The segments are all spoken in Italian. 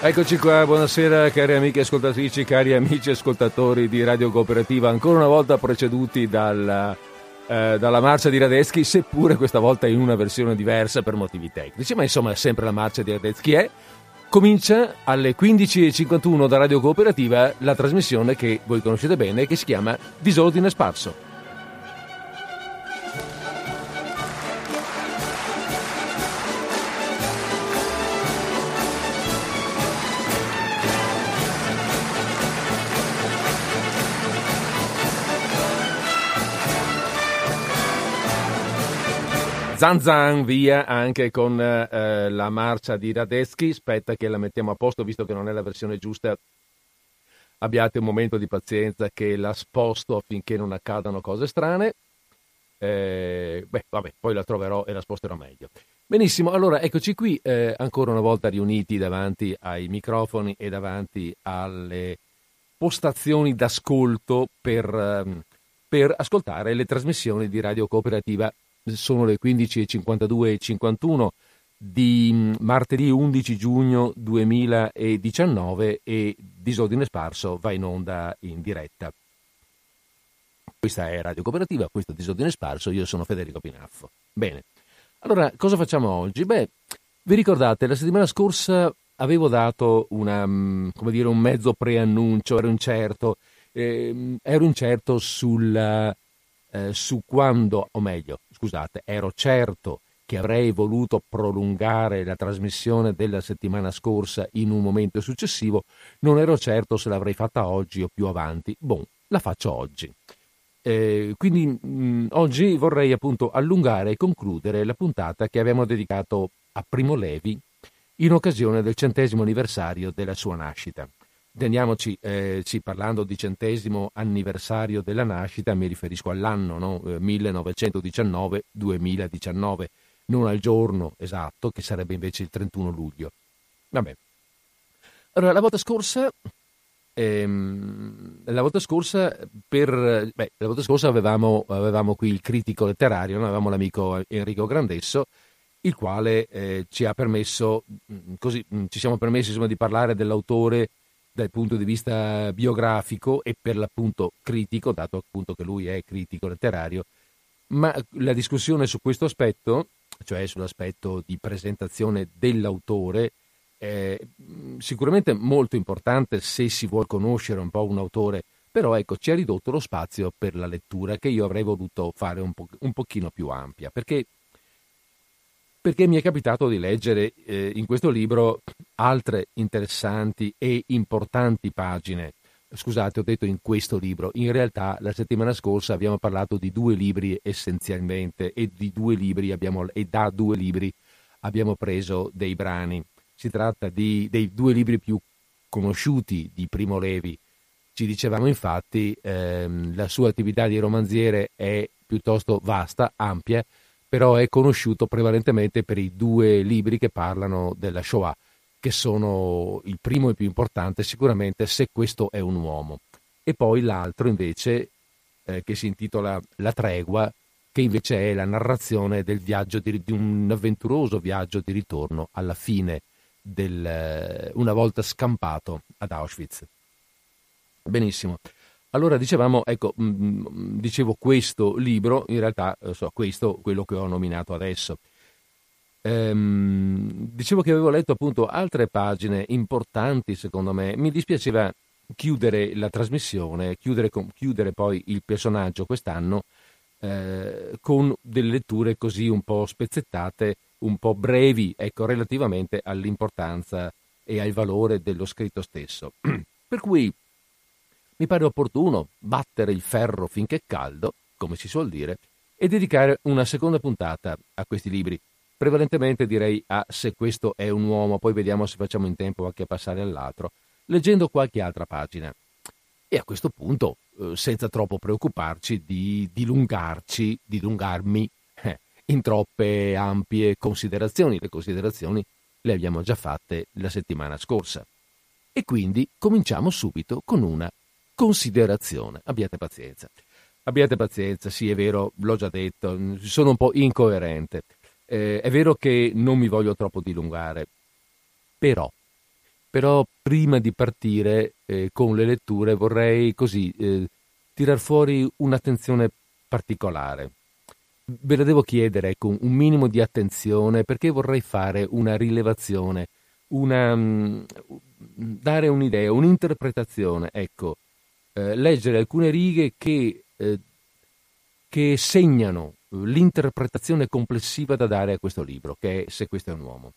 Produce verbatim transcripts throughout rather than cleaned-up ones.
Eccoci qua, buonasera cari amiche ascoltatrici, cari amici ascoltatori di Radio Cooperativa, ancora una volta preceduti dalla, eh, dalla marcia di Radetzky, seppure questa volta in una versione diversa per motivi tecnici, ma insomma è sempre la marcia di Radetzky. È, comincia alle quindici e cinquantuno da Radio Cooperativa la trasmissione che voi conoscete bene, che si chiama Disordine Sparso. Zan zan via anche con eh, la marcia di Radetzky. Aspetta che la mettiamo a posto, visto che non è la versione giusta. Abbiate un momento di pazienza che la sposto affinché non accadano cose strane. Eh, beh, vabbè, poi la troverò e la sposterò meglio. Benissimo, allora eccoci qui eh, ancora una volta riuniti davanti ai microfoni e davanti alle postazioni d'ascolto per, eh, per ascoltare le trasmissioni di Radio Cooperativa. Sono le quindici e cinquantadue e cinquantuno di martedì undici giugno duemiladiciannove e Disordine Sparso va in onda in diretta. Questa è Radio Cooperativa, questo è Disordine Sparso, io sono Federico Pinaffo. Bene, allora cosa facciamo oggi? Beh, vi ricordate, la settimana scorsa avevo dato una, come dire, un mezzo preannuncio, ero incerto, eh, ero incerto sul... Eh, su quando, o meglio, scusate, ero certo che avrei voluto prolungare la trasmissione della settimana scorsa in un momento successivo, non ero certo se l'avrei fatta oggi o più avanti. Bon, la faccio oggi. Eh, quindi mh, oggi vorrei appunto allungare e concludere la puntata che abbiamo dedicato a Primo Levi in occasione del centesimo anniversario della sua nascita. Teniamoci, eh, sì, parlando di centesimo anniversario della nascita, mi riferisco all'anno, no? eh, millenovecentodiciannove duemiladiciannove, non al giorno esatto, che sarebbe invece il trentuno luglio. Vabbè. Allora, la volta scorsa, ehm, la volta scorsa, per, beh, la volta scorsa avevamo, avevamo qui il critico letterario, no? Avevamo l'amico Enrico Grandesso, il quale eh, ci ha permesso, così, ci siamo permessi insomma di parlare dell'autore dal punto di vista biografico e per l'appunto critico, dato appunto che lui è critico letterario, ma la discussione su questo aspetto, cioè sull'aspetto di presentazione dell'autore, è sicuramente molto importante se si vuol conoscere un po' un autore, però ecco, ci ha ridotto lo spazio per la lettura che io avrei voluto fare un, po- un pochino più ampia, perché perché mi è capitato di leggere eh, in questo libro altre interessanti e importanti pagine. Scusate, ho detto in questo libro, in realtà la settimana scorsa abbiamo parlato di due libri essenzialmente e di due libri abbiamo, e da due libri abbiamo preso dei brani. Si tratta di, dei due libri più conosciuti di Primo Levi. Ci dicevamo infatti ehm, la sua attività di romanziere è piuttosto vasta, ampia, però è conosciuto prevalentemente per i due libri che parlano della Shoah, che sono il primo e più importante sicuramente, Se questo è un uomo, e poi l'altro invece eh, che si intitola La tregua, che invece è la narrazione del viaggio di, di un avventuroso viaggio di ritorno alla fine del una volta scampato ad Auschwitz. Benissimo. Allora dicevamo, ecco, mh, dicevo questo libro, in realtà so, questo, quello che ho nominato adesso. Ehm, dicevo che avevo letto appunto altre pagine importanti, secondo me. Mi dispiaceva chiudere la trasmissione, chiudere, chiudere poi il personaggio quest'anno eh, con delle letture così un po' spezzettate, un po' brevi, ecco, relativamente all'importanza e al valore dello scritto stesso. Per cui mi pare opportuno battere il ferro finché è caldo, come si suol dire, e dedicare una seconda puntata a questi libri. Prevalentemente direi a Se questo è un uomo, poi vediamo se facciamo in tempo anche a passare all'altro, leggendo qualche altra pagina. E a questo punto, eh, senza troppo preoccuparci di dilungarci, dilungarmi eh, in troppe ampie considerazioni. Le considerazioni le abbiamo già fatte la settimana scorsa. E quindi cominciamo subito con una considerazione. Abbiate pazienza. Abbiate pazienza, sì, è vero, l'ho già detto, sono un po' incoerente. Eh, è vero che non mi voglio troppo dilungare, però, però prima di partire eh, con le letture vorrei così eh, tirar fuori un'attenzione particolare. Ve lo devo chiedere, ecco, un minimo di attenzione, perché vorrei fare una rilevazione, una, mh, dare un'idea, un'interpretazione, ecco, eh, leggere alcune righe che, eh, che segnano l'interpretazione complessiva da dare a questo libro, che è Se questo è un uomo.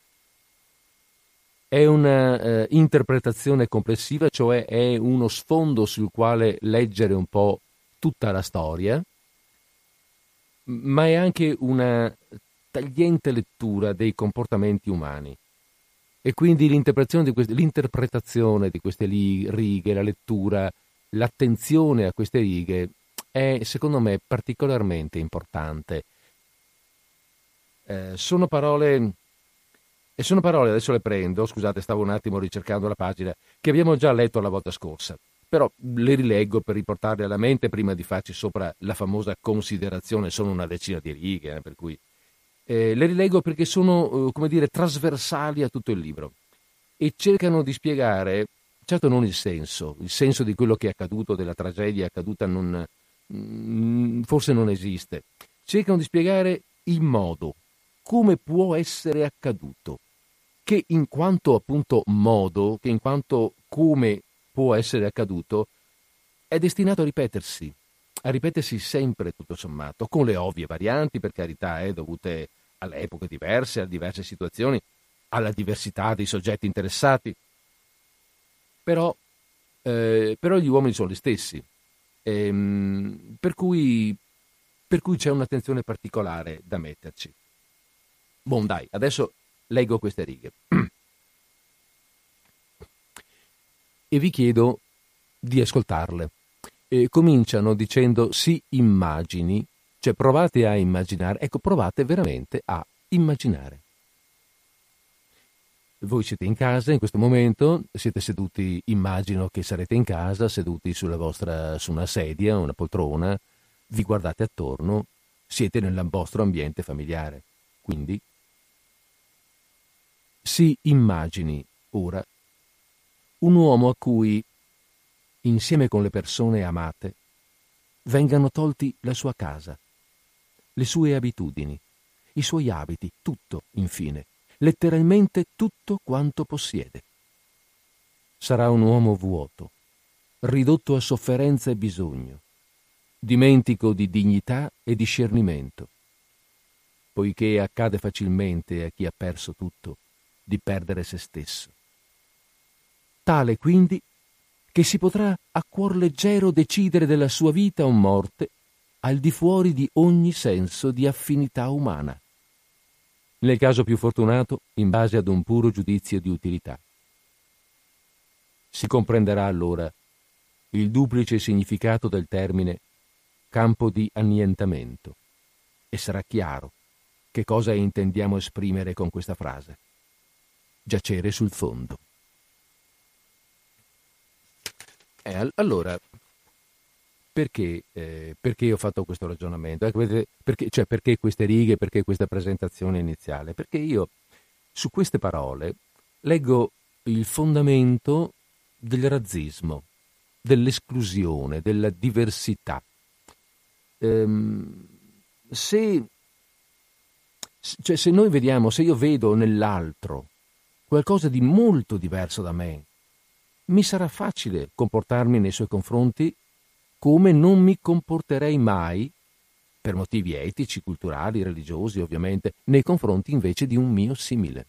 È una eh, interpretazione complessiva, cioè è uno sfondo sul quale leggere un po' tutta la storia, ma è anche una tagliente lettura dei comportamenti umani. E quindi l'interpretazione di queste, l'interpretazione di queste righe, la lettura, l'attenzione a queste righe è, secondo me, particolarmente importante. Eh, sono parole, e sono parole, adesso le prendo, scusate, stavo un attimo ricercando la pagina, che abbiamo già letto la volta scorsa, però le rileggo per riportarle alla mente prima di farci sopra la famosa considerazione, sono una decina di righe, eh, per cui eh, le rileggo perché sono, eh, come dire, trasversali a tutto il libro e cercano di spiegare, certo non il senso, il senso di quello che è accaduto, della tragedia accaduta non, mh, forse non esiste, cercano di spiegare il modo, come può essere accaduto, che in quanto appunto modo, che in quanto come può essere accaduto, è destinato a ripetersi, a ripetersi sempre tutto sommato, con le ovvie varianti, per carità, eh, dovute alle epoche diverse, a diverse situazioni, alla diversità dei soggetti interessati, però, eh, però gli uomini sono gli stessi, ehm, per cui, per cui c'è un'attenzione particolare da metterci. Bon, dai, adesso leggo queste righe e vi chiedo di ascoltarle. E cominciano dicendo si immagini, cioè provate a immaginare, ecco, provate veramente a immaginare. Voi siete in casa in questo momento, siete seduti, immagino che sarete in casa, seduti sulla vostra, su una sedia, una poltrona, vi guardate attorno, siete nel vostro ambiente familiare. Quindi si immagini ora un uomo a cui, insieme con le persone amate, vengano tolti la sua casa, le sue abitudini, i suoi abiti, tutto, infine, letteralmente tutto quanto possiede. Sarà un uomo vuoto, ridotto a sofferenza e bisogno, dimentico di dignità e discernimento, poiché accade facilmente a chi ha perso tutto di perdere se stesso. Tale quindi che si potrà a cuor leggero decidere della sua vita o morte al di fuori di ogni senso di affinità umana. Nel caso più fortunato, in base ad un puro giudizio di utilità. Si comprenderà allora il duplice significato del termine campo di annientamento e sarà chiaro che cosa intendiamo esprimere con questa frase. Giacere sul fondo. Eh, allora, perché, eh, perché ho fatto questo ragionamento? Ecco, perché, cioè, perché queste righe, perché questa presentazione iniziale? Perché io su queste parole leggo il fondamento del razzismo, dell'esclusione, della diversità. Ehm, se, cioè, se noi vediamo, se io vedo nell'altro qualcosa di molto diverso da me, mi sarà facile comportarmi nei suoi confronti come non mi comporterei mai, per motivi etici, culturali, religiosi ovviamente, nei confronti invece di un mio simile.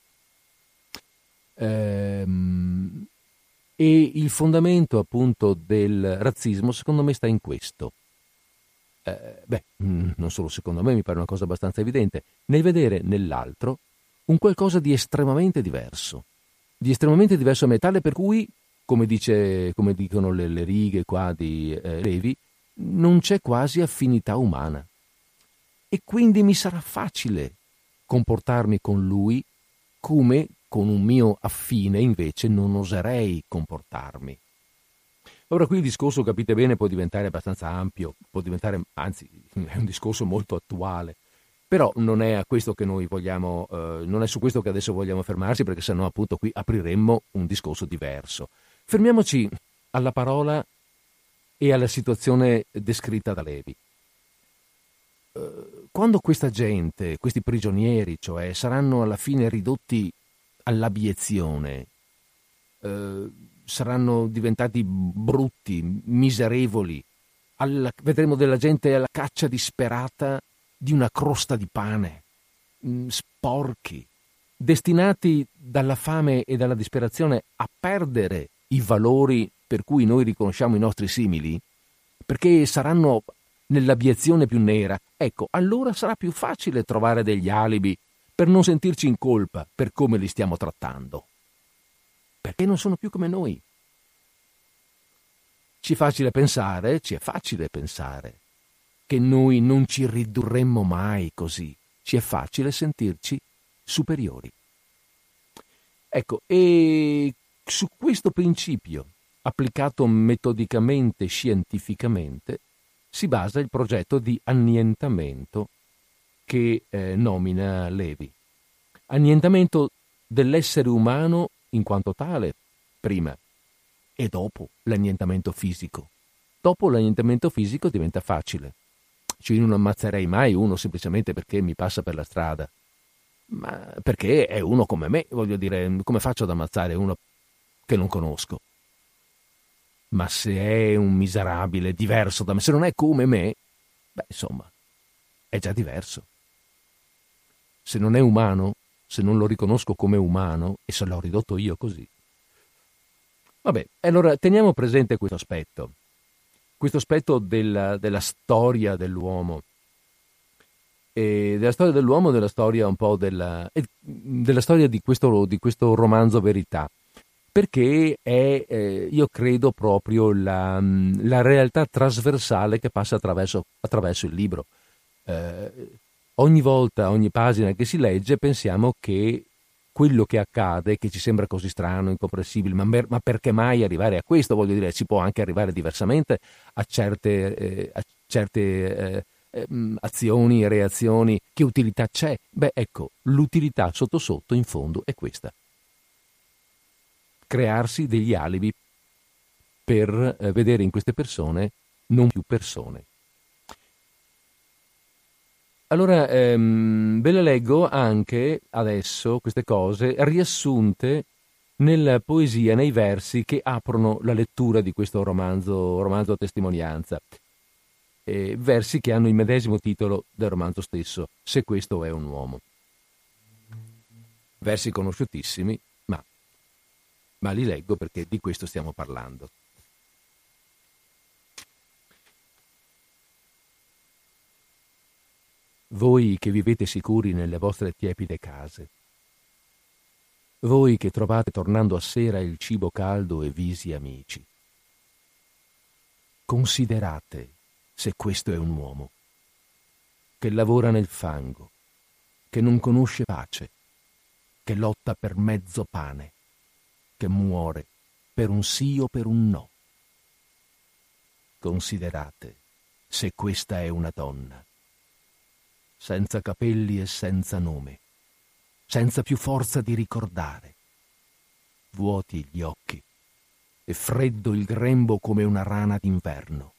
Ehm, e il fondamento appunto del razzismo secondo me sta in questo. Eh, beh, non solo secondo me, mi pare una cosa abbastanza evidente, nel vedere nell'altro un qualcosa di estremamente diverso, di estremamente diverso a me, tale per cui, come dice, come dicono le, le righe qua di eh, Levi, non c'è quasi affinità umana. E quindi mi sarà facile comportarmi con lui come con un mio affine invece non oserei comportarmi. Ora qui il discorso, capite bene, può diventare abbastanza ampio, può diventare, anzi, è un discorso molto attuale. Però non è a questo che noi vogliamo, eh, non è su questo che adesso vogliamo fermarsi, perché sennò appunto qui apriremmo un discorso diverso. Fermiamoci alla parola e alla situazione descritta da Levi. Eh, quando questa gente, questi prigionieri, cioè, saranno alla fine ridotti all'abiezione, eh, saranno diventati brutti, miserevoli, alla, vedremo della gente alla caccia disperata di una crosta di pane, mh, sporchi, destinati dalla fame e dalla disperazione a perdere i valori per cui noi riconosciamo i nostri simili, perché saranno nell'abiezione più nera, ecco, allora sarà più facile trovare degli alibi per non sentirci in colpa per come li stiamo trattando, perché non sono più come noi. Ci è facile pensare, ci è facile pensare che noi non ci ridurremmo mai così, ci è facile sentirci superiori. Ecco, e su questo principio, applicato metodicamente, scientificamente, si basa il progetto di annientamento che eh, nomina Levi. Annientamento dell'essere umano in quanto tale, prima, e dopo l'annientamento fisico. Dopo l'annientamento fisico diventa facile. Cioè io non ammazzerei mai uno semplicemente perché mi passa per la strada, ma perché è uno come me, voglio dire, come faccio ad ammazzare uno che non conosco? Ma se è un miserabile diverso da me, se non è come me, beh, insomma, è già diverso. Se non è umano, se non lo riconosco come umano e se l'ho ridotto io così. Vabbè, allora teniamo presente questo aspetto, questo aspetto della, della storia dell'uomo, e della storia dell'uomo, della storia un po' della, della storia di questo, di questo romanzo Verità, perché è, eh, io credo, proprio la, la realtà trasversale che passa attraverso, attraverso il libro. Eh, ogni volta, ogni pagina che si legge, pensiamo che quello che accade, che ci sembra così strano, incomprensibile, ma, mer- ma perché mai arrivare a questo? Voglio dire, si può anche arrivare diversamente a certe, eh, a certe eh, eh, azioni e reazioni. Che utilità c'è? Beh, ecco, l'utilità sotto sotto, in fondo, è questa. Crearsi degli alibi per eh, vedere in queste persone non più persone. Allora, ehm, ve le leggo anche adesso, queste cose, riassunte nella poesia, nei versi che aprono la lettura di questo romanzo, romanzo a testimonianza. Eh, versi che hanno il medesimo titolo del romanzo stesso, Se questo è un uomo. Versi conosciutissimi, ma, ma li leggo perché di questo stiamo parlando. Voi che vivete sicuri nelle vostre tiepide case, voi che trovate tornando a sera il cibo caldo e visi amici, considerate se questo è un uomo che lavora nel fango, che non conosce pace, che lotta per mezzo pane, che muore per un sì o per un no. Considerate se questa è una donna, senza capelli e senza nome, senza più forza di ricordare, vuoti gli occhi e freddo il grembo come una rana d'inverno.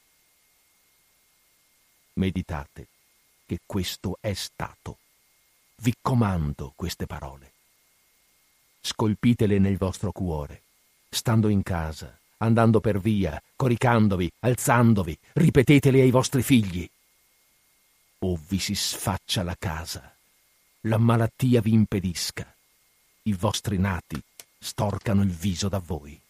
Meditate che questo è stato. Vi comando queste parole. Scolpitele nel vostro cuore, stando in casa, andando per via, coricandovi, alzandovi, ripetetele ai vostri figli. O vi si sfaccia la casa, la malattia vi impedisca, i vostri nati storcano il viso da voi.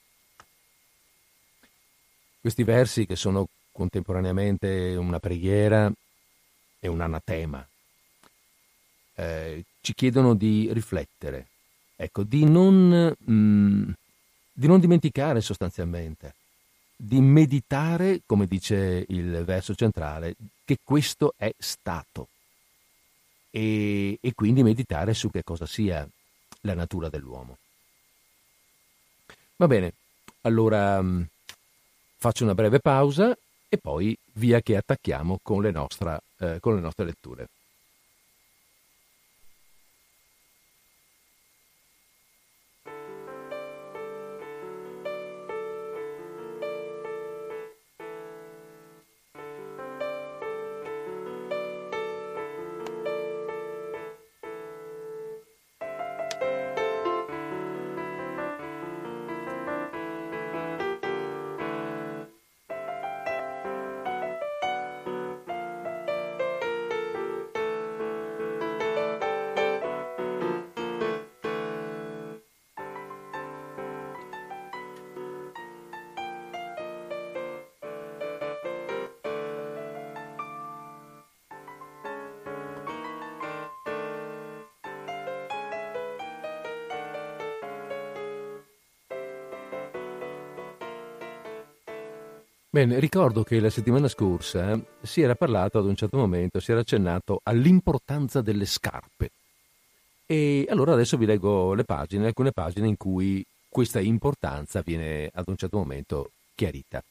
Questi versi, che sono contemporaneamente una preghiera e un anatema, eh, ci chiedono di riflettere, ecco, di non, mh, di non dimenticare sostanzialmente, di meditare, come dice il verso centrale, che questo è stato, e, e quindi meditare su che cosa sia la natura dell'uomo. Va bene, allora mh, faccio una breve pausa e poi via che attacchiamo con le, nostra, eh, con le nostre letture. Bene, ricordo che la settimana scorsa si era parlato ad un certo momento, si era accennato all'importanza delle scarpe. E allora adesso vi leggo le pagine, alcune pagine in cui questa importanza viene ad un certo momento chiarita.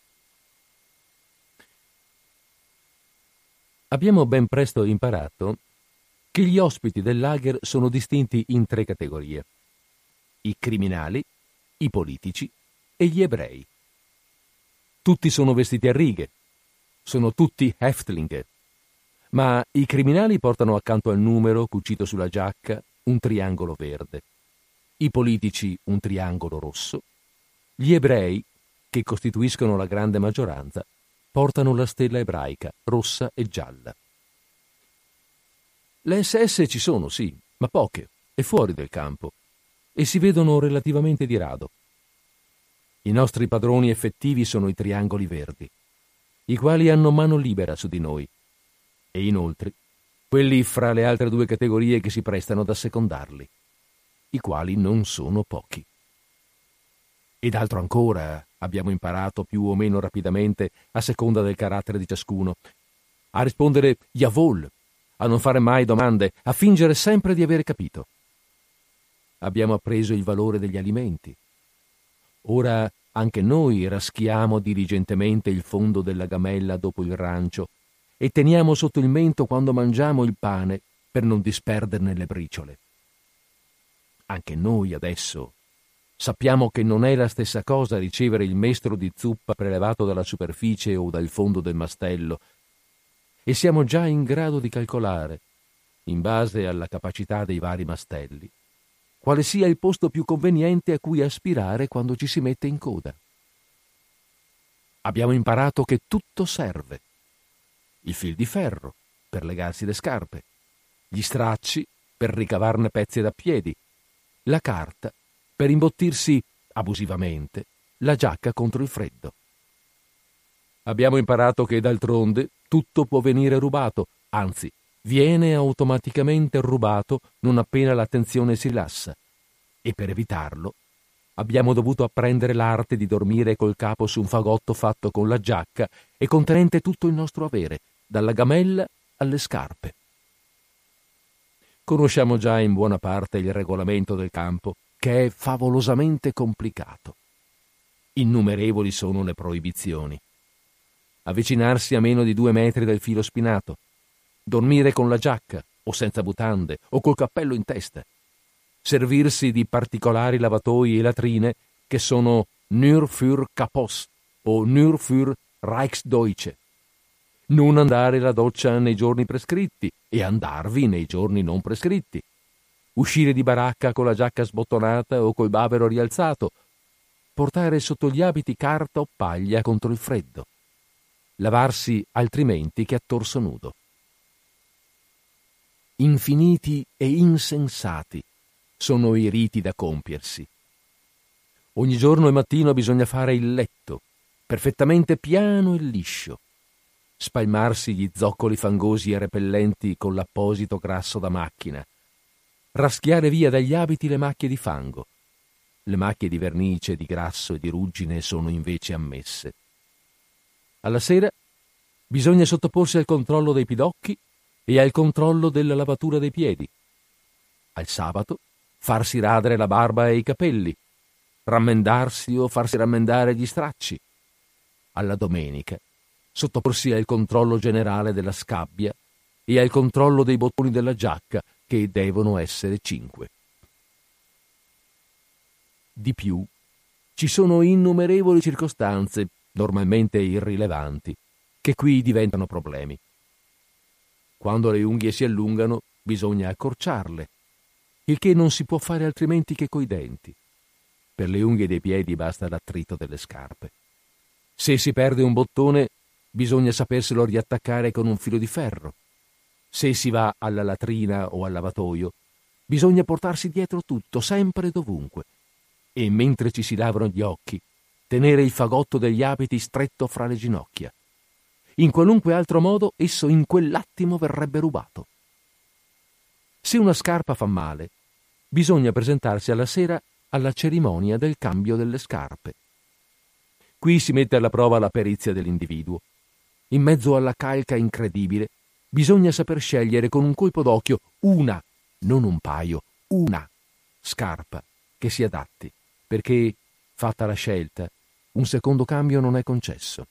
Abbiamo ben presto imparato che gli ospiti del lager sono distinti in tre categorie: i criminali, i politici e gli ebrei. Tutti sono vestiti a righe, sono tutti Häftlinge, ma i criminali portano accanto al numero cucito sulla giacca un triangolo verde, i politici un triangolo rosso, gli ebrei, che costituiscono la grande maggioranza, portano la stella ebraica rossa e gialla. Le esse esse ci sono, sì, ma poche, e fuori del campo, e si vedono relativamente di rado. I nostri padroni effettivi sono i triangoli verdi, i quali hanno mano libera su di noi, e inoltre quelli fra le altre due categorie che si prestano ad assecondarli, i quali non sono pochi. Ed altro ancora abbiamo imparato più o meno rapidamente, a seconda del carattere di ciascuno, a rispondere jawohl, a non fare mai domande, a fingere sempre di avere capito. Abbiamo appreso il valore degli alimenti. Ora anche noi raschiamo diligentemente il fondo della gamella dopo il rancio e teniamo sotto il mento quando mangiamo il pane per non disperderne le briciole. Anche noi adesso sappiamo che non è la stessa cosa ricevere il mestro di zuppa prelevato dalla superficie o dal fondo del mastello, e siamo già in grado di calcolare, in base alla capacità dei vari mastelli, quale sia il posto più conveniente a cui aspirare quando ci si mette in coda. Abbiamo imparato che tutto serve: il fil di ferro per legarsi le scarpe, gli stracci per ricavarne pezzi da piedi, la carta per imbottirsi abusivamente la giacca contro il freddo. Abbiamo imparato che d'altronde tutto può venire rubato, anzi, viene automaticamente rubato non appena l'attenzione si rilassa, e per evitarlo abbiamo dovuto apprendere l'arte di dormire col capo su un fagotto fatto con la giacca e contenente tutto il nostro avere, dalla gamella alle scarpe. Conosciamo già in buona parte il regolamento del campo, che è favolosamente complicato. Innumerevoli sono le proibizioni: avvicinarsi a meno di due metri dal filo spinato, dormire con la giacca o senza mutande o col cappello in testa, servirsi di particolari lavatoi e latrine che sono nur für Kapos o nur für Reichsdeutsche, non andare alla doccia nei giorni prescritti e andarvi nei giorni non prescritti, uscire di baracca con la giacca sbottonata o col bavero rialzato, portare sotto gli abiti carta o paglia contro il freddo, lavarsi altrimenti che a torso nudo. Infiniti e insensati sono i riti da compiersi. Ogni giorno e mattino bisogna fare il letto, perfettamente piano e liscio, spalmarsi gli zoccoli fangosi e repellenti con l'apposito grasso da macchina, raschiare via dagli abiti le macchie di fango. Le macchie di vernice, di grasso e di ruggine sono invece ammesse. Alla sera bisogna sottoporsi al controllo dei pidocchi e al controllo della lavatura dei piedi. Al sabato farsi radere la barba e i capelli, rammendarsi o farsi rammendare gli stracci. Alla domenica sottoporsi al controllo generale della scabbia e al controllo dei bottoni della giacca, che devono essere cinque. Di più, ci sono innumerevoli circostanze, normalmente irrilevanti, che qui diventano problemi. Quando le unghie si allungano, bisogna accorciarle, il che non si può fare altrimenti che coi denti. Per le unghie dei piedi basta l'attrito delle scarpe. Se si perde un bottone, bisogna saperselo riattaccare con un filo di ferro. Se si va alla latrina o al lavatoio, bisogna portarsi dietro tutto, sempre e dovunque, e mentre ci si lavano gli occhi, tenere il fagotto degli abiti stretto fra le ginocchia. In qualunque altro modo esso in quell'attimo verrebbe rubato. Se una scarpa fa male, bisogna presentarsi alla sera alla cerimonia del cambio delle scarpe. Qui si mette alla prova la perizia dell'individuo. In mezzo alla calca incredibile, bisogna saper scegliere con un colpo d'occhio una, non un paio, una scarpa che si adatti, perché, fatta la scelta, un secondo cambio non è concesso.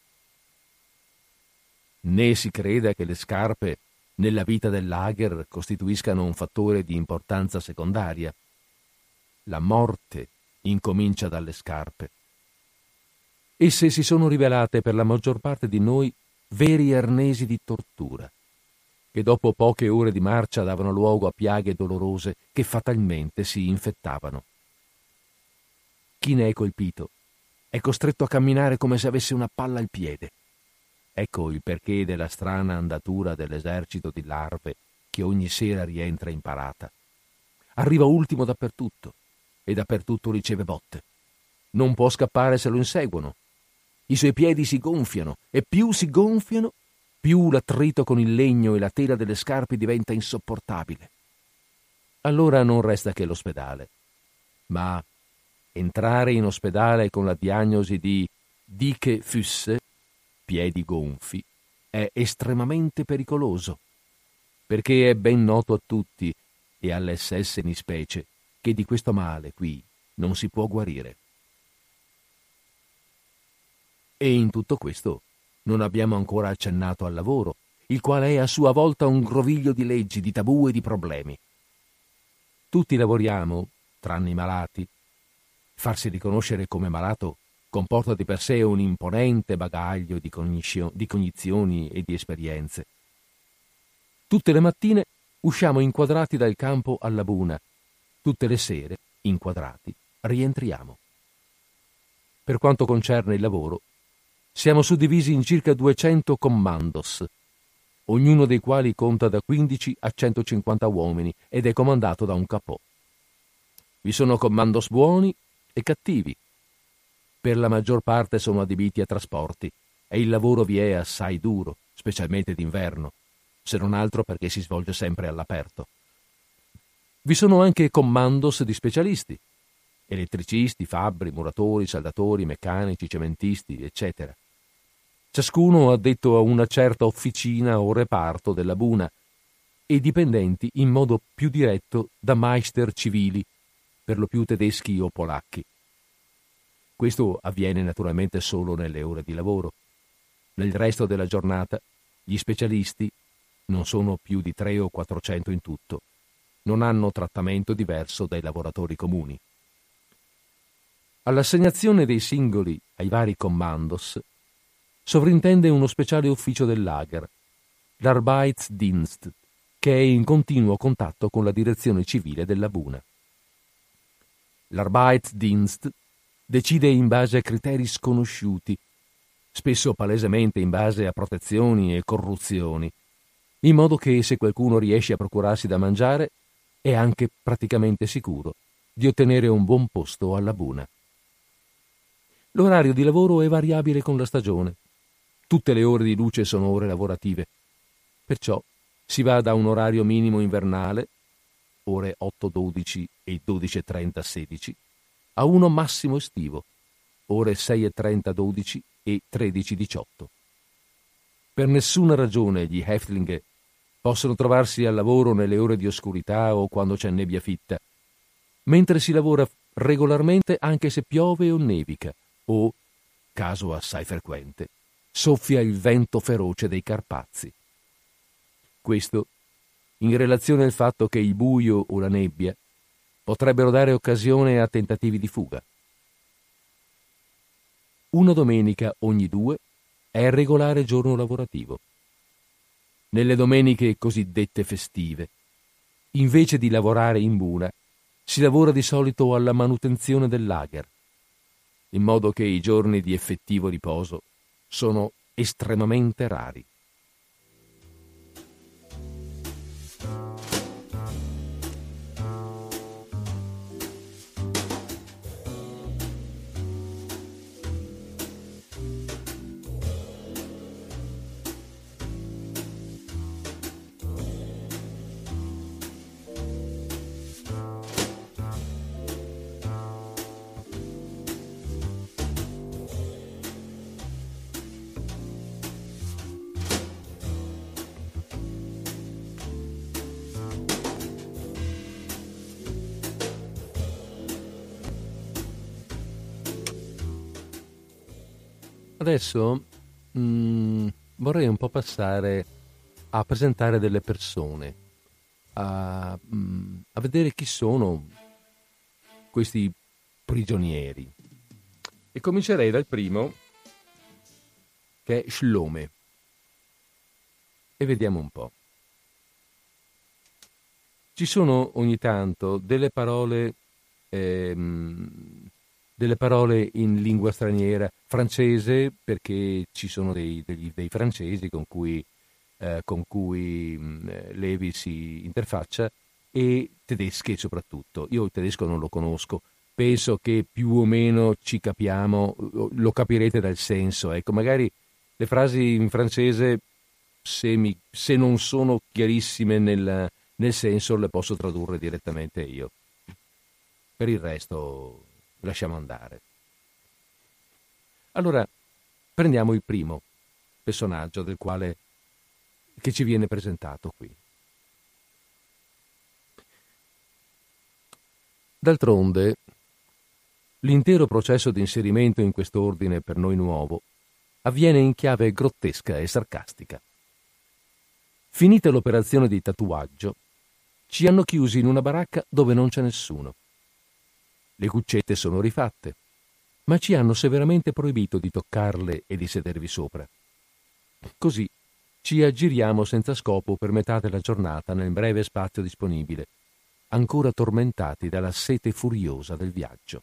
Né si creda che le scarpe nella vita del lager costituiscano un fattore di importanza secondaria. La morte incomincia dalle scarpe. Esse si sono rivelate per la maggior parte di noi veri arnesi di tortura, che dopo poche ore di marcia davano luogo a piaghe dolorose che fatalmente si infettavano. Chi ne è colpito è costretto a camminare come se avesse una palla al piede. Ecco il perché della strana andatura dell'esercito di larve che ogni sera rientra in parata. Arriva ultimo dappertutto e dappertutto riceve botte. Non può scappare se lo inseguono. I suoi piedi si gonfiano e più si gonfiano, più l'attrito con il legno e la tela delle scarpe diventa insopportabile. Allora non resta che l'ospedale. Ma entrare in ospedale con la diagnosi di Dicke Füße, piedi gonfi, è estremamente pericoloso, perché è ben noto a tutti e all'esse esse in specie che di questo male qui non si può guarire. E in tutto questo non abbiamo ancora accennato al lavoro, il quale è a sua volta un groviglio di leggi, di tabù e di problemi. Tutti lavoriamo, tranne i malati. Farsi riconoscere come malato comporta di per sé un imponente bagaglio di, cognicio- di cognizioni e di esperienze. Tutte le mattine usciamo inquadrati dal campo alla buna, tutte le sere, inquadrati, rientriamo. Per quanto concerne il lavoro, siamo suddivisi in circa duecento commandos, ognuno dei quali conta da quindici a centocinquanta uomini ed è comandato da un capò. Vi sono commandos buoni e cattivi. Per la maggior parte sono adibiti a trasporti e il lavoro vi è assai duro, specialmente d'inverno, se non altro perché si svolge sempre all'aperto. Vi sono anche commandos di specialisti, elettricisti, fabbri, muratori, saldatori, meccanici, cementisti, eccetera. Ciascuno addetto a una certa officina o reparto della buna e dipendenti in modo più diretto da meister civili, per lo più tedeschi o polacchi. Questo avviene naturalmente solo nelle ore di lavoro. Nel resto della giornata gli specialisti, non sono più di tre o quattrocento in tutto, non hanno trattamento diverso dai lavoratori comuni. All'assegnazione dei singoli ai vari commandos sovrintende uno speciale ufficio del lager, l'Arbeitsdienst, che è in continuo contatto con la direzione civile della buna. L'Arbeitsdienst decide in base a criteri sconosciuti, spesso palesemente in base a protezioni e corruzioni, in modo che se qualcuno riesce a procurarsi da mangiare è anche praticamente sicuro di ottenere un buon posto alla buna. L'orario di lavoro è variabile con la stagione. Tutte le ore di luce sono ore lavorative. Perciò si va da un orario minimo invernale, ore otto dodici e dodici e trenta sedici, a uno massimo estivo, ore sei e trenta dodici e tredici diciotto. Per nessuna ragione gli Häftlinge possono trovarsi al lavoro nelle ore di oscurità o quando c'è nebbia fitta, mentre si lavora regolarmente anche se piove o nevica o, caso assai frequente, soffia il vento feroce dei Carpazi. Questo in relazione al fatto che il buio o la nebbia potrebbero dare occasione a tentativi di fuga. Una domenica ogni due è il regolare giorno lavorativo. Nelle domeniche cosiddette festive, invece di lavorare in buna, si lavora di solito alla manutenzione del lager, in modo che i giorni di effettivo riposo sono estremamente rari. Adesso mh, vorrei un po' passare a presentare delle persone, a, mh, a vedere chi sono questi prigionieri. E comincerei dal primo, che è Shlome. E vediamo un po'. Ci sono ogni tanto delle parole, ehm, delle parole in lingua straniera, francese, perché ci sono dei, dei, dei francesi con cui, eh, con cui mh, Levi si interfaccia, e tedesche soprattutto. Io il tedesco non lo conosco, penso che più o meno ci capiamo, lo capirete dal senso. Ecco, magari le frasi in francese, se, mi, se non sono chiarissime nel, nel senso, le posso tradurre direttamente io. Per il resto lasciamo andare. Allora, prendiamo il primo personaggio del quale che ci viene presentato qui. D'altronde, l'intero processo di inserimento in quest'ordine per noi nuovo avviene in chiave grottesca e sarcastica. Finita l'operazione di tatuaggio, ci hanno chiusi in una baracca dove non c'è nessuno. Le cuccette sono rifatte, ma ci hanno severamente proibito di toccarle e di sedervi sopra. Così ci aggiriamo senza scopo per metà della giornata nel breve spazio disponibile, ancora tormentati dalla sete furiosa del viaggio.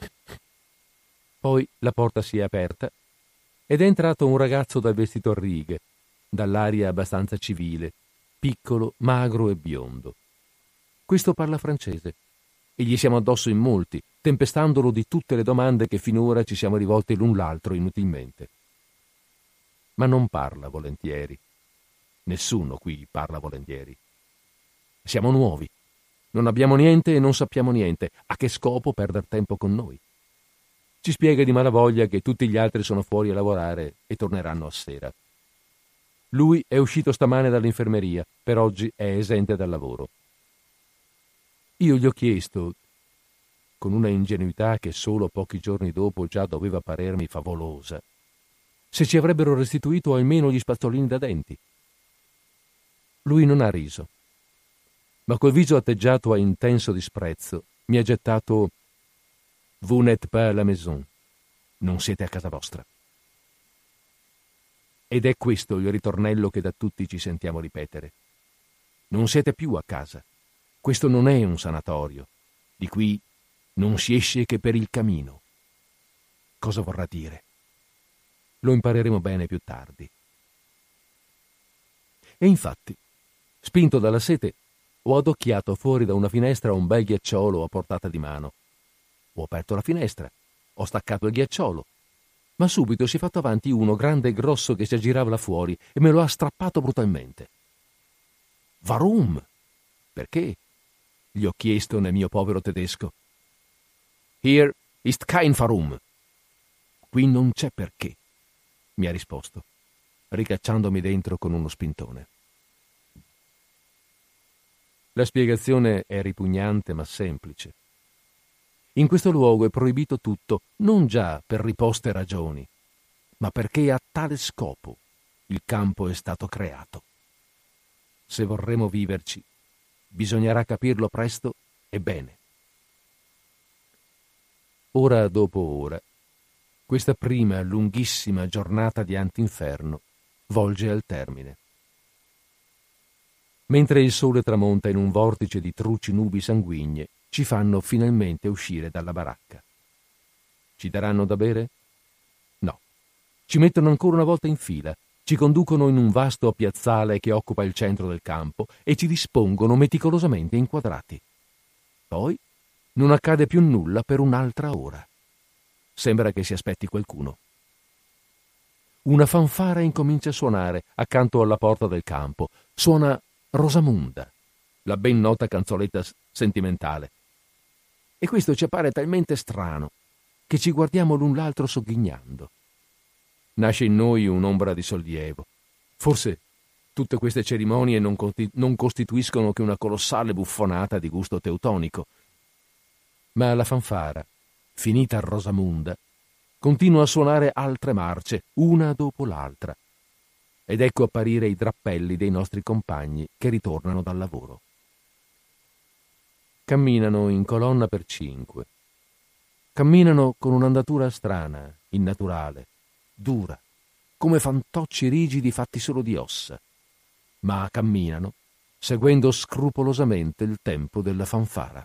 Poi la porta si è aperta ed è entrato un ragazzo dal vestito a righe, dall'aria abbastanza civile, piccolo, magro e biondo. Questo parla francese e gli siamo addosso in molti, tempestandolo di tutte le domande che finora ci siamo rivolti l'un l'altro inutilmente. Ma non parla volentieri. Nessuno qui parla volentieri. Siamo nuovi, non abbiamo niente e non sappiamo niente. A che scopo perder tempo con noi? Ci spiega di malavoglia che tutti gli altri sono fuori a lavorare e torneranno a sera. Lui è uscito stamane dall'infermeria, per oggi è esente dal lavoro. Io gli ho chiesto, con una ingenuità che solo pochi giorni dopo già doveva parermi favolosa, se ci avrebbero restituito almeno gli spazzolini da denti. Lui non ha riso, ma col viso atteggiato a intenso disprezzo mi ha gettato «Vous n'êtes pas à la maison», non siete a casa vostra. Ed è questo il ritornello che da tutti ci sentiamo ripetere. Non siete più a casa. Questo non è un sanatorio. Di qui non si esce che per il camino. Cosa vorrà dire? Lo impareremo bene più tardi. E infatti, spinto dalla sete, ho adocchiato fuori da una finestra un bel ghiacciolo a portata di mano. Ho aperto la finestra, ho staccato il ghiacciolo, ma subito si è fatto avanti uno grande e grosso che si aggirava là fuori e me lo ha strappato brutalmente. Warum? Perché? Gli ho chiesto nel mio povero tedesco. Hier ist kein Warum. Qui non c'è perché, mi ha risposto, ricacciandomi dentro con uno spintone. La spiegazione è ripugnante ma semplice. In questo luogo è proibito tutto, non già per riposte ragioni, ma perché a tale scopo il campo è stato creato. Se vorremo viverci, bisognerà capirlo presto e bene. Ora dopo ora, questa prima lunghissima giornata di antinferno volge al termine. Mentre il sole tramonta in un vortice di truci nubi sanguigne, ci fanno finalmente uscire dalla baracca. Ci daranno da bere? No. Ci mettono ancora una volta in fila, ci conducono in un vasto piazzale che occupa il centro del campo e ci dispongono meticolosamente inquadrati. Poi non accade più nulla per un'altra ora. Sembra che si aspetti qualcuno. Una fanfara incomincia a suonare accanto alla porta del campo. Suona Rosamunda, la ben nota canzoletta sentimentale. E questo ci appare talmente strano che ci guardiamo l'un l'altro sogghignando. Nasce in noi un'ombra di sollievo. Forse tutte queste cerimonie non, costi- non costituiscono che una colossale buffonata di gusto teutonico. Ma la fanfara, finita a Rosamunda, continua a suonare altre marce, una dopo l'altra. Ed ecco apparire i drappelli dei nostri compagni che ritornano dal lavoro. Camminano in colonna per cinque. Camminano con un'andatura strana, innaturale, dura, come fantocci rigidi fatti solo di ossa, ma camminano seguendo scrupolosamente il tempo della fanfara.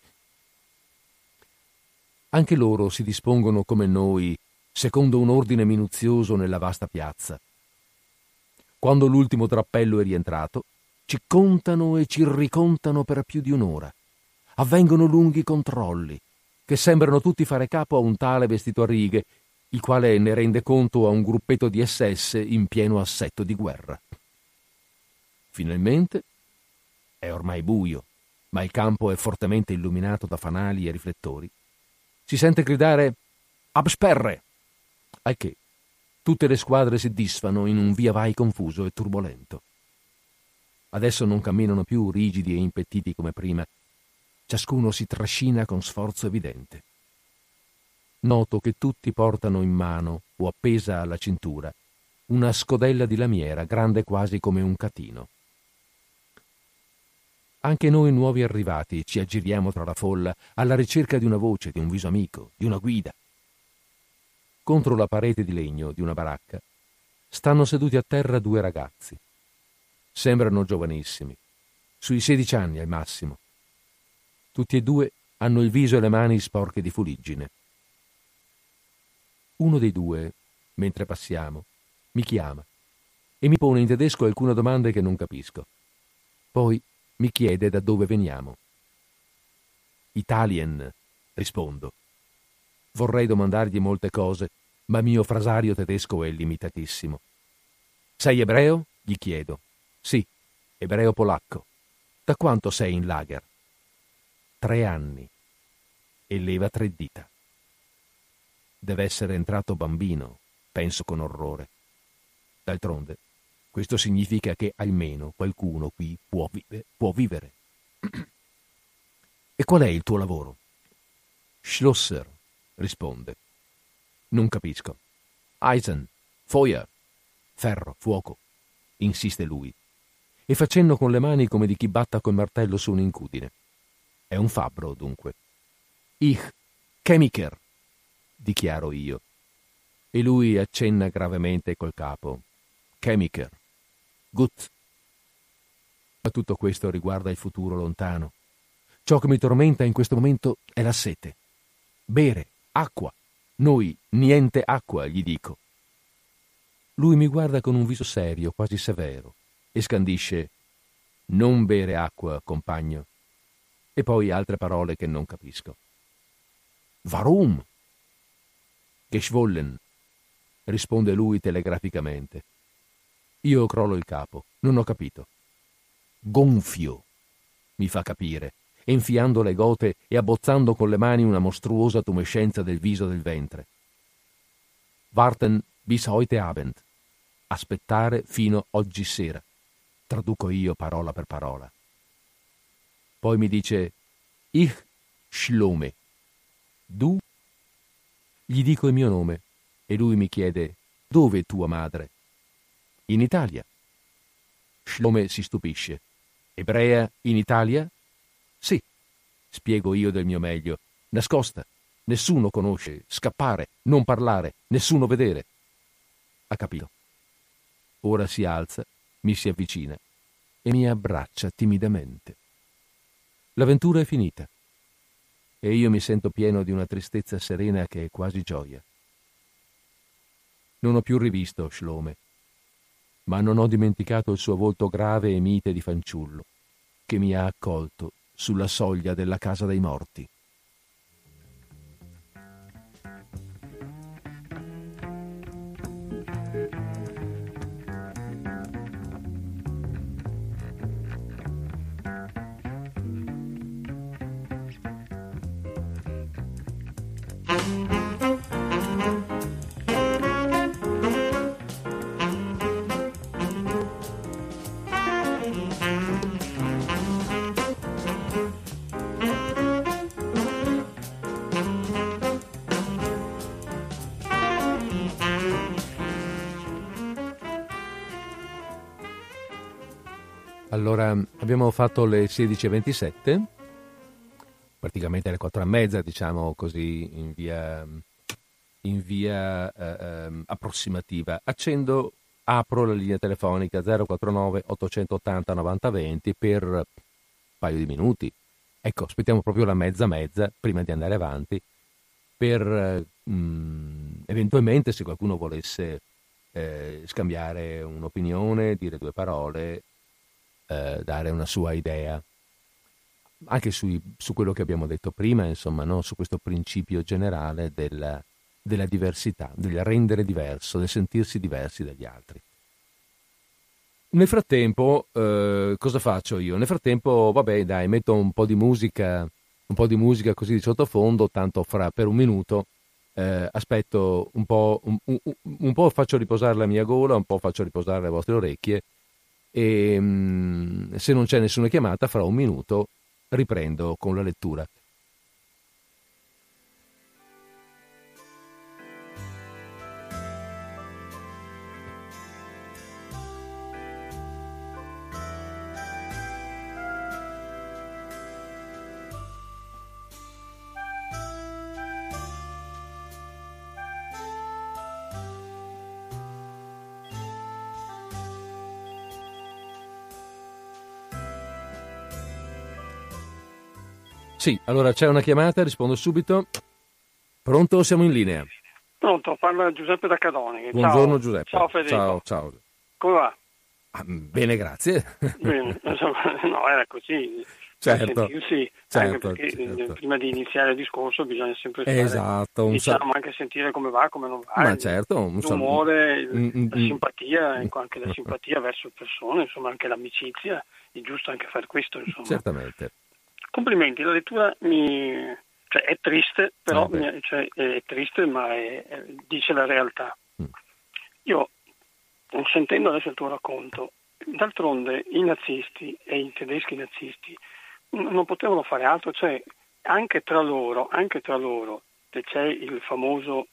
Anche loro si dispongono come noi, secondo un ordine minuzioso nella vasta piazza. Quando l'ultimo drappello è rientrato, ci contano e ci ricontano per più di un'ora. Avvengono lunghi controlli, che sembrano tutti fare capo a un tale vestito a righe, il quale ne rende conto a un gruppetto di esse esse in pieno assetto di guerra. Finalmente è ormai buio, ma il campo è fortemente illuminato da fanali e riflettori. Si sente gridare «Absperre!», al che tutte le squadre si disfano in un via vai confuso e turbolento. Adesso non camminano più rigidi e impettiti come prima. Ciascuno si trascina con sforzo evidente. Noto che tutti portano in mano o appesa alla cintura una scodella di lamiera grande quasi come un catino. Anche noi nuovi arrivati ci aggiriamo tra la folla alla ricerca di una voce, di un viso amico, di una guida. Contro la parete di legno di una baracca stanno seduti a terra due ragazzi. Sembrano giovanissimi, sui sedici anni al massimo. Tutti e due hanno il viso e le mani sporche di fuliggine. Uno dei due, mentre passiamo, mi chiama e mi pone in tedesco alcune domande che non capisco. Poi mi chiede da dove veniamo. Italien, rispondo. Vorrei domandargli molte cose, ma mio frasario tedesco è limitatissimo. Sei ebreo? Gli chiedo. Sì, ebreo polacco. Da quanto sei in lager? Tre anni. E leva tre dita. Deve essere entrato bambino, penso con orrore. D'altronde, questo significa che almeno qualcuno qui può, vive, può vivere. E qual è il tuo lavoro? Schlosser, risponde. Non capisco. Eisen, Feuer, ferro, fuoco, insiste lui, e facendo con le mani come di chi batta col martello su un'incudine. È un fabbro, dunque. Ich, Chemiker, dichiaro io, e lui accenna gravemente col capo. Chemiker. Gut. Ma tutto questo riguarda il futuro lontano. Ciò che mi tormenta in questo momento è la sete. Bere, acqua. Noi, niente acqua, gli dico. Lui mi guarda con un viso serio, quasi severo, e scandisce: non bere acqua, compagno. E poi altre parole che non capisco. Warum? Geschwollen, risponde lui telegraficamente. Io crollo il capo, non ho capito. Gonfio, mi fa capire, enfiando le gote e abbozzando con le mani una mostruosa tumescenza del viso del ventre. Warten bis heute Abend. Aspettare fino oggi sera. Traduco io parola per parola. Poi mi dice: Ich Schlome. Du? Gli dico il mio nome e lui mi chiede: dove è tua madre? In Italia. Schlome si stupisce. Ebrea in Italia? Sì, spiego io del mio meglio. Nascosta. Nessuno conosce. Scappare. Non parlare. Nessuno vedere. Ha capito. Ora si alza, mi si avvicina e mi abbraccia timidamente. L'avventura è finita e io mi sento pieno di una tristezza serena che è quasi gioia. Non ho più rivisto Schlome, ma non ho dimenticato il suo volto grave e mite di fanciullo che mi ha accolto sulla soglia della casa dei morti. Allora, abbiamo fatto le sedici e ventisette, praticamente alle quattro e mezza, diciamo così, in via, in via eh, ehm, approssimativa. Accendo, apro la linea telefonica zero quattro nove ottocentottanta novanta venti per un paio di minuti. Ecco, aspettiamo proprio la mezza mezza prima di andare avanti per mh, eventualmente, se qualcuno volesse eh, scambiare un'opinione, dire due parole, eh, dare una sua idea, anche sui, su quello che abbiamo detto prima, insomma, no? Su questo principio generale della, della diversità, del rendere diverso, del sentirsi diversi dagli altri. Nel frattempo, eh, cosa faccio io? Nel frattempo, vabbè, dai, metto un po' di musica, un po' di musica così di sottofondo, tanto fra per un minuto, eh, aspetto un po', un, un, un po' faccio riposare la mia gola, un po' faccio riposare le vostre orecchie e mh, se non c'è nessuna chiamata, fra un minuto riprendo con la lettura. Sì, allora c'è una chiamata, rispondo subito. Pronto? Siamo in linea. Pronto, parla Giuseppe da Cadoni. Buongiorno ciao. Giuseppe. Ciao Federico. Ciao, ciao. Come va? Ah, bene, grazie. Bene, no, era così. Certo, sentirsi, certo, anche perché certo. prima di iniziare il discorso bisogna sempre stare, esatto, un diciamo, sa- anche sentire come va, come non va, Ma il- certo, un sa- l'umore, il- mm, mm, la mm. simpatia, ecco, anche la simpatia verso le persone, insomma anche l'amicizia, è giusto anche fare questo, insomma. Certamente. Complimenti, la lettura mi... cioè, è triste, però Ah, beh. mi- cioè, è triste, ma è- è- dice la realtà. Mm. Io, sentendo adesso il tuo racconto, d'altronde i nazisti e i tedeschi nazisti n- non potevano fare altro, cioè anche tra loro, anche tra loro, c'è il famoso,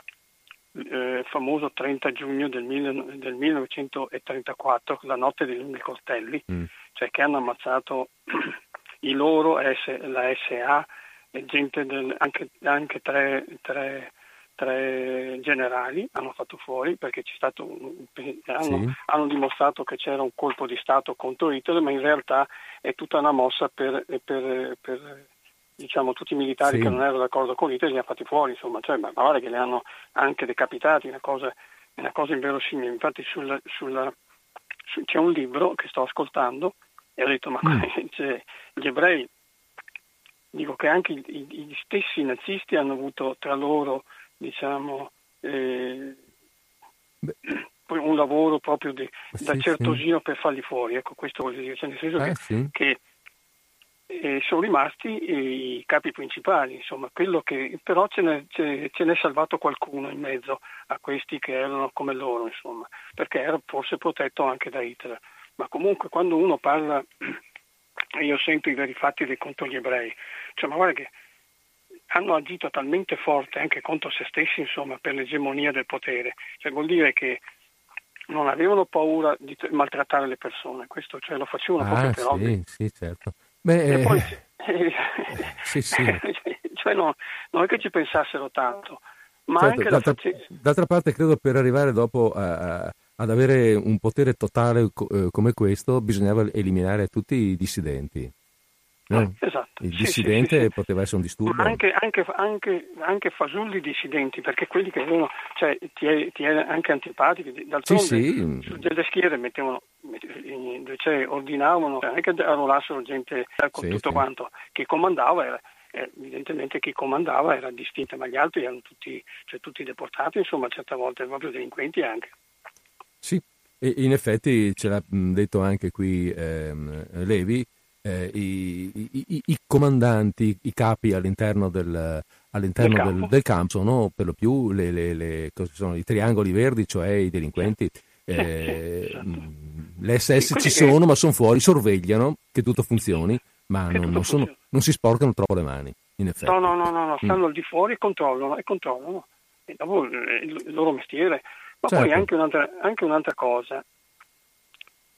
eh, famoso trenta giugno del, mille- del millenovecentotrentaquattro, la notte dei lunghi coltelli, Mm. cioè che hanno ammazzato i loro, S- la S A, e gente del, anche, anche tre, tre, tre generali hanno fatto fuori perché c'è stato un, hanno, Sì. hanno dimostrato che c'era un colpo di Stato contro Hitler, ma in realtà è tutta una mossa per, per, per diciamo tutti i militari Sì. che non erano d'accordo con Hitler li ha fatti fuori, insomma, cioè, ma guarda che li hanno anche decapitati, una cosa, una cosa inverosimile. Infatti sulla, sulla, su, c'è un libro che sto ascoltando e ho detto ma Mm. cioè, gli ebrei, dico che anche i, i, gli stessi nazisti hanno avuto tra loro, diciamo, eh, un lavoro proprio di, Sì, da sì. certosino per farli fuori, ecco, questo voglio dire, cioè, nel senso Ah, che, sì. che eh, sono rimasti eh, i capi principali, insomma, quello che però ce n'è, ce, ce n'è salvato qualcuno in mezzo a questi che erano come loro, insomma, perché era forse protetto anche da Hitler. Ma comunque quando uno parla, io sento i veri fatti dei contro gli ebrei, cioè ma guarda che hanno agito talmente forte anche contro se stessi, insomma, per l'egemonia del potere, cioè vuol dire che non avevano paura di t- maltrattare le persone, questo cioè lo facevano proprio Ah, per hobby. sì, sì, certo. Beh, E poi, eh, sì, sì. cioè no, non è che ci pensassero tanto, ma Certo, anche la d'altra, face... d'altra parte credo per arrivare dopo a- a- ad avere un potere totale co- eh, come questo bisognava eliminare tutti i dissidenti. No? Eh, esatto. Il Sì, dissidente sì, sì, sì. poteva essere un disturbo. Ma anche, anche, anche, anche fasulli dissidenti, perché quelli che avevano, cioè ti è, ti è anche antipatici, d'altronde Sì, sì. su delle schiere mettevano, cioè ordinavano, cioè, anche arruolassero gente eh, con Sì, tutto sì. quanto, chi comandava era, eh, evidentemente chi comandava era distinto, ma gli altri erano tutti, cioè, tutti deportati, insomma, certe volte proprio delinquenti anche. Sì, e in effetti ce l'ha mh, detto anche qui ehm, Levi, eh, i, i- i- i comandanti, i capi all'interno del, all'interno Del del, campo. del campo sono per lo più le, le- le- cosa sono, i triangoli verdi, cioè i delinquenti. Eh, esatto. mh, le Sì, S S quelli ci che- sono, ma sono fuori, sorvegliano che tutto funzioni, ma che non, tutto non sono- funziona. non si sporcano troppo le mani, in effetti. No, no, no, no, no, Mm. stanno al di fuori e controllano, e controllano. E dopo eh, il, il loro mestiere. Ma poi Certo. anche un'altra, anche un'altra cosa.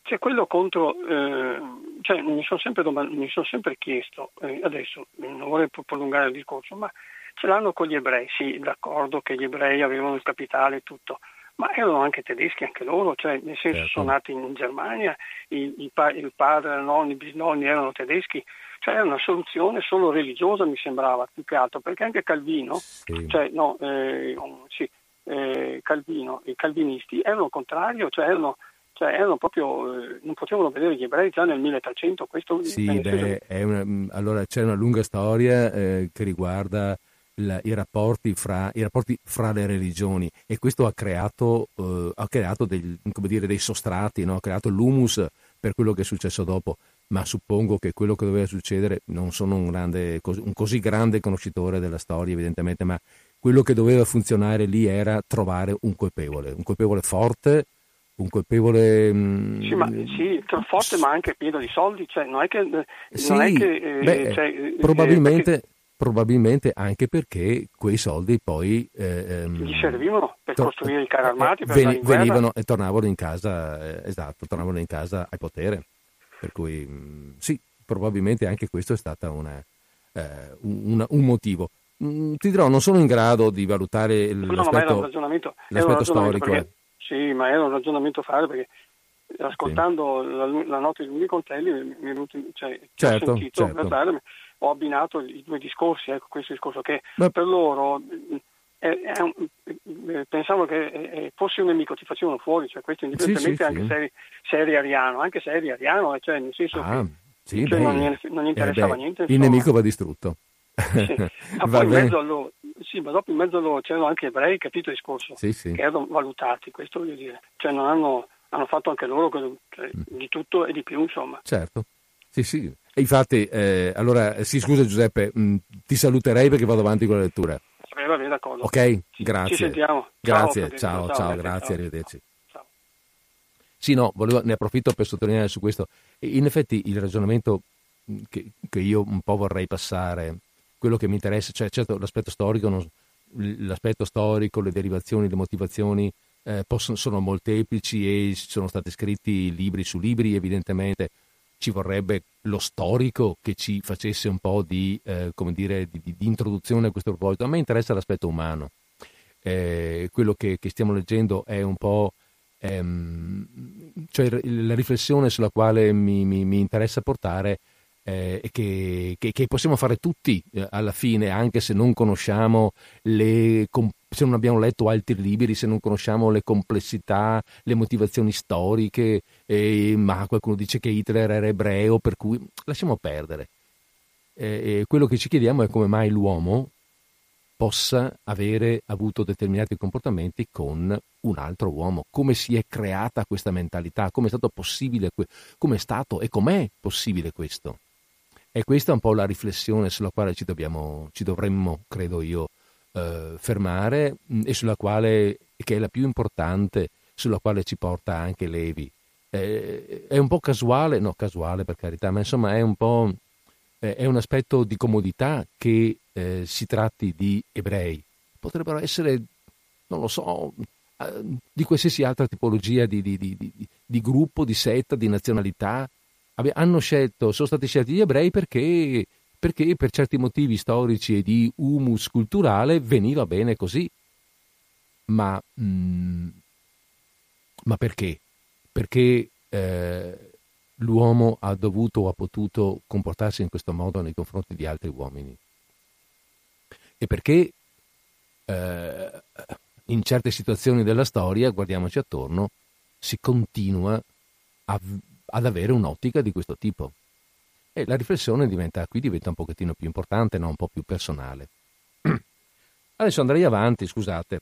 c'è quello contro, eh, cioè mi sono sempre, domand- mi sono sempre chiesto, eh, adesso non vorrei prolungare il discorso, ma ce l'hanno con gli ebrei, sì, d'accordo che gli ebrei avevano il capitale e tutto, ma erano anche tedeschi anche loro, cioè nel senso certo. sono nati in Germania, il, il, pa- il padre, il nonno, i bisnonni erano tedeschi, cioè era una soluzione solo religiosa mi sembrava più che altro, perché anche Calvino, Sì. cioè no, eh, sì, eh, Calvino, i calvinisti erano contrario, cioè erano Cioè erano proprio, eh, non potevano vedere gli ebrei già nel milletrecento, questo Sì, beh, è una, allora c'è una lunga storia eh, che riguarda la, i, rapporti fra, i rapporti fra le religioni, e questo ha creato, eh, ha creato dei, come dire, dei sostrati, no? Ha creato l'humus per quello che è successo dopo, ma suppongo che quello che doveva succedere, non sono un, grande, un così grande conoscitore della storia evidentemente, ma quello che doveva funzionare lì era trovare un colpevole, un colpevole forte, un colpevole sì, ma, sì, forte ma anche pieno di soldi, cioè non è che non sì, è che eh, beh, cioè, probabilmente, eh, perché probabilmente anche perché quei soldi poi eh, gli ehm, servivano per to- costruire i carri eh, armati, per andare veni- in guerra. venivano e tornavano in casa, eh, esatto, tornavano in casa al potere, per cui mh, sì, probabilmente anche questo è stato una, eh, un, un motivo. Mm, ti dirò, non sono in grado di valutare No, no, ma era un l'aspetto, ragionamento, era un l'aspetto ragionamento storico. perché Eh. sì, ma era un ragionamento fare perché Sì. ascoltando la, la notte di Lunghi Contelli mi, mi è venuto, cioè, che ho Certo, sentito certo. parlare, ho abbinato i due discorsi, ecco, questo discorso che Ma, per loro è, è un, eh, pensavo che eh, fossi un nemico, ti facevano fuori, cioè questo sì, sì, indipendentemente anche sì. se eri, se eri ariano, anche se eri ariano, cioè nel senso Ah, che sì, cioè, non, beh, gli- non gli eh, interessava beh, niente, il insomma. nemico va distrutto. Sì. Ma Va poi in bene? mezzo a loro, sì, ma dopo in mezzo a loro c'erano anche ebrei, capito il discorso? Sì, sì. Che erano valutati, questo voglio dire. Cioè non hanno, hanno fatto anche loro quello- cioè, di tutto e di più, insomma. Certo. Sì, sì. E infatti, eh, allora, sì, scusa Giuseppe, mh, ti saluterei perché vado avanti con la lettura. Va bene, d'accordo. Ok? Ci, ci Grazie. sentiamo. Ciao Grazie, Federico, ciao, ciao, ciao, grazie, grazie, ciao. arrivederci. Ciao. Sì, no, volevo, ne approfitto per sottolineare su questo. In effetti il ragionamento che, che io un po' vorrei passare, quello che mi interessa, cioè certo l'aspetto storico, non, l'aspetto storico, le derivazioni, le motivazioni eh, possono, sono molteplici e sono stati scritti libri su libri, evidentemente ci vorrebbe lo storico che ci facesse un po' di, eh, come dire, di, di, di introduzione a questo proposito. A me interessa l'aspetto umano. Eh, quello che, che stiamo leggendo è un po' ehm, cioè la riflessione sulla quale mi, mi, mi interessa portare eh, è che, che, che possiamo fare tutti eh, alla fine, anche se non conosciamo le se non abbiamo letto altri libri, se non conosciamo le complessità, le motivazioni storiche, eh, ma qualcuno dice che Hitler era ebreo, per cui lasciamo perdere. Eh, quello che ci chiediamo è come mai l'uomo possa avere avuto determinati comportamenti con un altro uomo, come si è creata questa mentalità, come è stato possibile, come è stato e com'è possibile questo. E questa è un po' la riflessione sulla quale ci dobbiamo, ci dovremmo, credo io, eh, fermare e sulla quale, che è la più importante, sulla quale ci porta anche Levi. Eh, è un po' casuale, no casuale per carità, ma insomma è un po' eh, è un aspetto di comodità che eh, si tratti di ebrei. Potrebbero essere, non lo so, eh, di qualsiasi altra tipologia di, di, di, di, di gruppo, di setta, di nazionalità. Abbi- hanno scelto, sono stati scelti gli ebrei perché, perché per certi motivi storici e di humus culturale veniva bene così. Ma, mm, ma perché? Perché eh, l'uomo ha dovuto o ha potuto comportarsi in questo modo nei confronti di altri uomini? E perché eh, in certe situazioni della storia, guardiamoci attorno, si continua a, ad avere un'ottica di questo tipo. E la riflessione diventa, qui diventa un pochettino più importante, no? Un po' più personale. Adesso andrei avanti, scusate,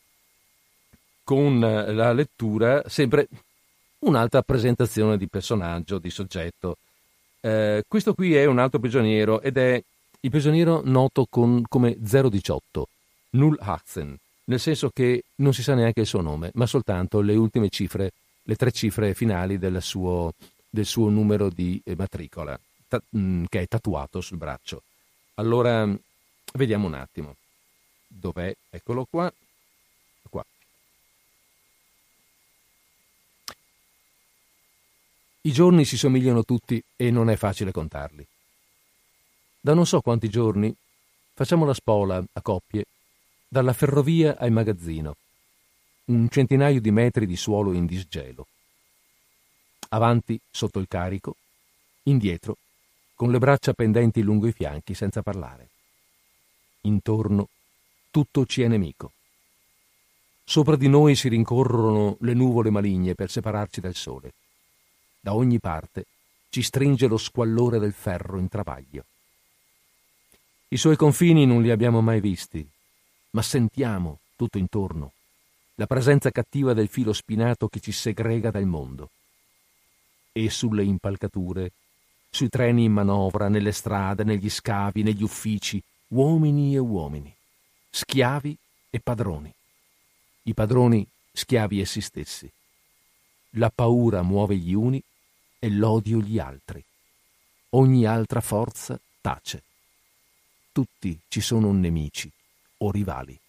con la lettura, sempre un'altra presentazione di personaggio, di soggetto. Eh, questo qui è un altro prigioniero ed è il prigioniero noto con, come zero diciotto, Null achtzehn, nel senso che non si sa neanche il suo nome, ma soltanto le ultime cifre, le tre cifre finali del suo, del suo numero di matricola, ta- mh, che è tatuato sul braccio. Allora, vediamo un attimo. Dov'è? Eccolo qua. Qua. I giorni si somigliano tutti e non è facile contarli. Da non so quanti giorni facciamo la spola a coppie dalla ferrovia al magazzino, un centinaio di metri di suolo in disgelo. Avanti sotto il carico, indietro con le braccia pendenti lungo i fianchi senza parlare. Intorno tutto ci è nemico. Sopra di noi si rincorrono le nuvole maligne per separarci dal sole. Da ogni parte ci stringe lo squallore del ferro in travaglio. I suoi confini non li abbiamo mai visti, ma sentiamo tutto intorno la presenza cattiva del filo spinato che ci segrega dal mondo. E sulle impalcature, sui treni in manovra, nelle strade, negli scavi, negli uffici, uomini e uomini, schiavi e padroni. I padroni schiavi essi stessi. La paura muove gli uni e l'odio gli altri. Ogni altra forza tace. Tutti ci sono nemici o rivali.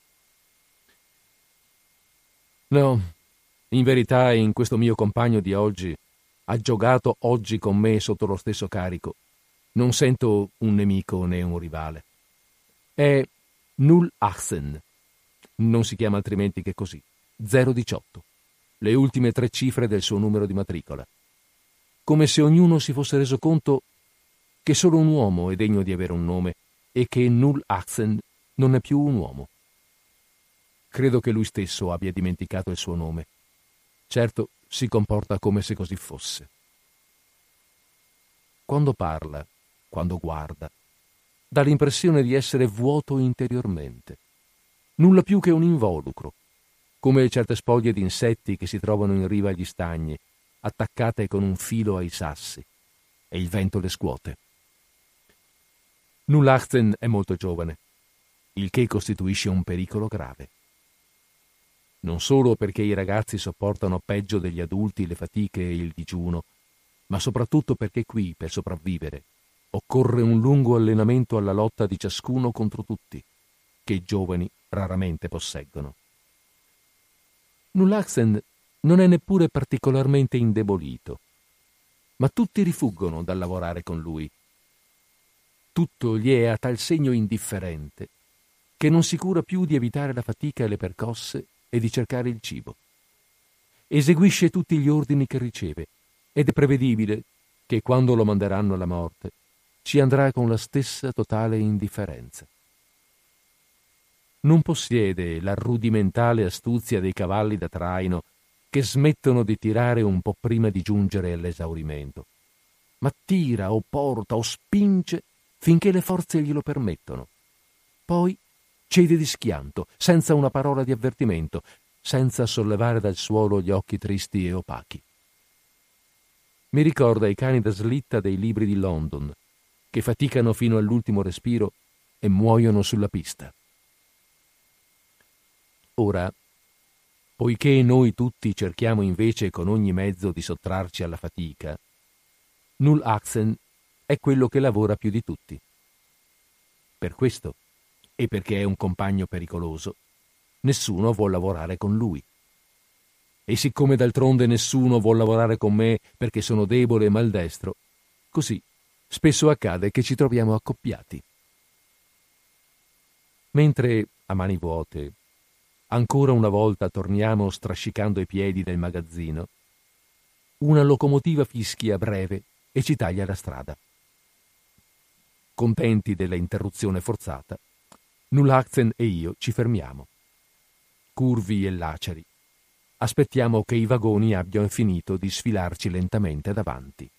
No, in verità in questo mio compagno di oggi, aggiogato oggi con me sotto lo stesso carico, non sento un nemico né un rivale. È null achtzehn, non si chiama altrimenti che così, zero diciotto, le ultime tre cifre del suo numero di matricola. Come se ognuno si fosse reso conto che solo un uomo è degno di avere un nome e che null achtzehn non è più un uomo. Credo che lui stesso abbia dimenticato il suo nome. Certo, si comporta come se così fosse. Quando parla, quando guarda, dà l'impressione di essere vuoto interiormente. Nulla più che un involucro, come certe spoglie di insetti che si trovano in riva agli stagni, attaccate con un filo ai sassi, e il vento le scuote. null achtzehn è molto giovane, il che costituisce un pericolo grave. Non solo perché i ragazzi sopportano peggio degli adulti le fatiche e il digiuno, ma soprattutto perché qui, per sopravvivere, occorre un lungo allenamento alla lotta di ciascuno contro tutti, che i giovani raramente posseggono. null achtzehn non è neppure particolarmente indebolito, ma tutti rifuggono dal lavorare con lui. Tutto gli è a tal segno indifferente che non si cura più di evitare la fatica e le percosse e di cercare il cibo. Eseguisce tutti gli ordini che riceve ed è prevedibile che quando lo manderanno alla morte ci andrà con la stessa totale indifferenza. Non possiede la rudimentale astuzia dei cavalli da traino che smettono di tirare un po' prima di giungere all'esaurimento, ma tira o porta o spinge finché le forze glielo permettono. Poi cede di schianto, senza una parola di avvertimento, senza sollevare dal suolo gli occhi tristi e opachi. Mi ricorda i cani da slitta dei libri di London, che faticano fino all'ultimo respiro e muoiono sulla pista. Ora, poiché noi tutti cerchiamo invece con ogni mezzo di sottrarci alla fatica, null achtzehn è quello che lavora più di tutti. Per questo, e perché è un compagno pericoloso, nessuno vuol lavorare con lui. E siccome d'altronde nessuno vuol lavorare con me perché sono debole e maldestro, così spesso accade che ci troviamo accoppiati. Mentre, a mani vuote, ancora una volta torniamo strascicando i piedi del magazzino, una locomotiva fischia breve e ci taglia la strada. Contenti della interruzione forzata, null achtzehn e io ci fermiamo. Curvi e laceri, aspettiamo che i vagoni abbiano finito di sfilarci lentamente davanti.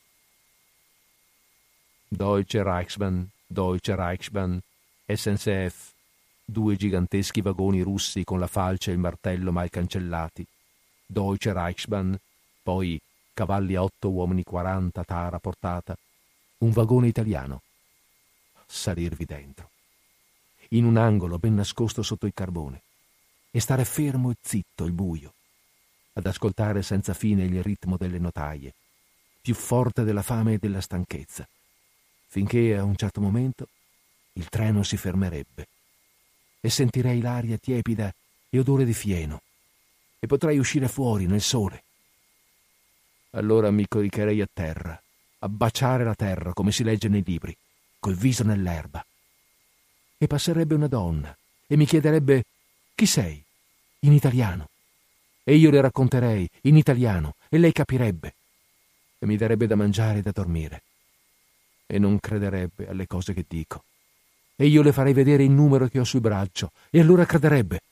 Deutsche Reichsbahn, Deutsche Reichsbahn, S N C F, due giganteschi vagoni russi con la falce e il martello mal cancellati, Deutsche Reichsbahn, poi cavalli a otto, uomini quaranta, tara portata, un vagone italiano. Salirvi dentro, in un angolo ben nascosto sotto il carbone, e stare fermo e zitto al buio, ad ascoltare senza fine il ritmo delle notaie, più forte della fame e della stanchezza, finché a un certo momento il treno si fermerebbe e sentirei l'aria tiepida e odore di fieno e potrei uscire fuori nel sole. allora mi coricherei a terra, a baciare la terra come si legge nei libri, col viso nell'erba. E passerebbe una donna e mi chiederebbe: chi sei? In italiano. E io le racconterei in italiano e lei capirebbe e mi darebbe da mangiare e da dormire e non crederebbe alle cose che dico. E io le farei vedere il numero che ho sul braccio e allora crederebbe.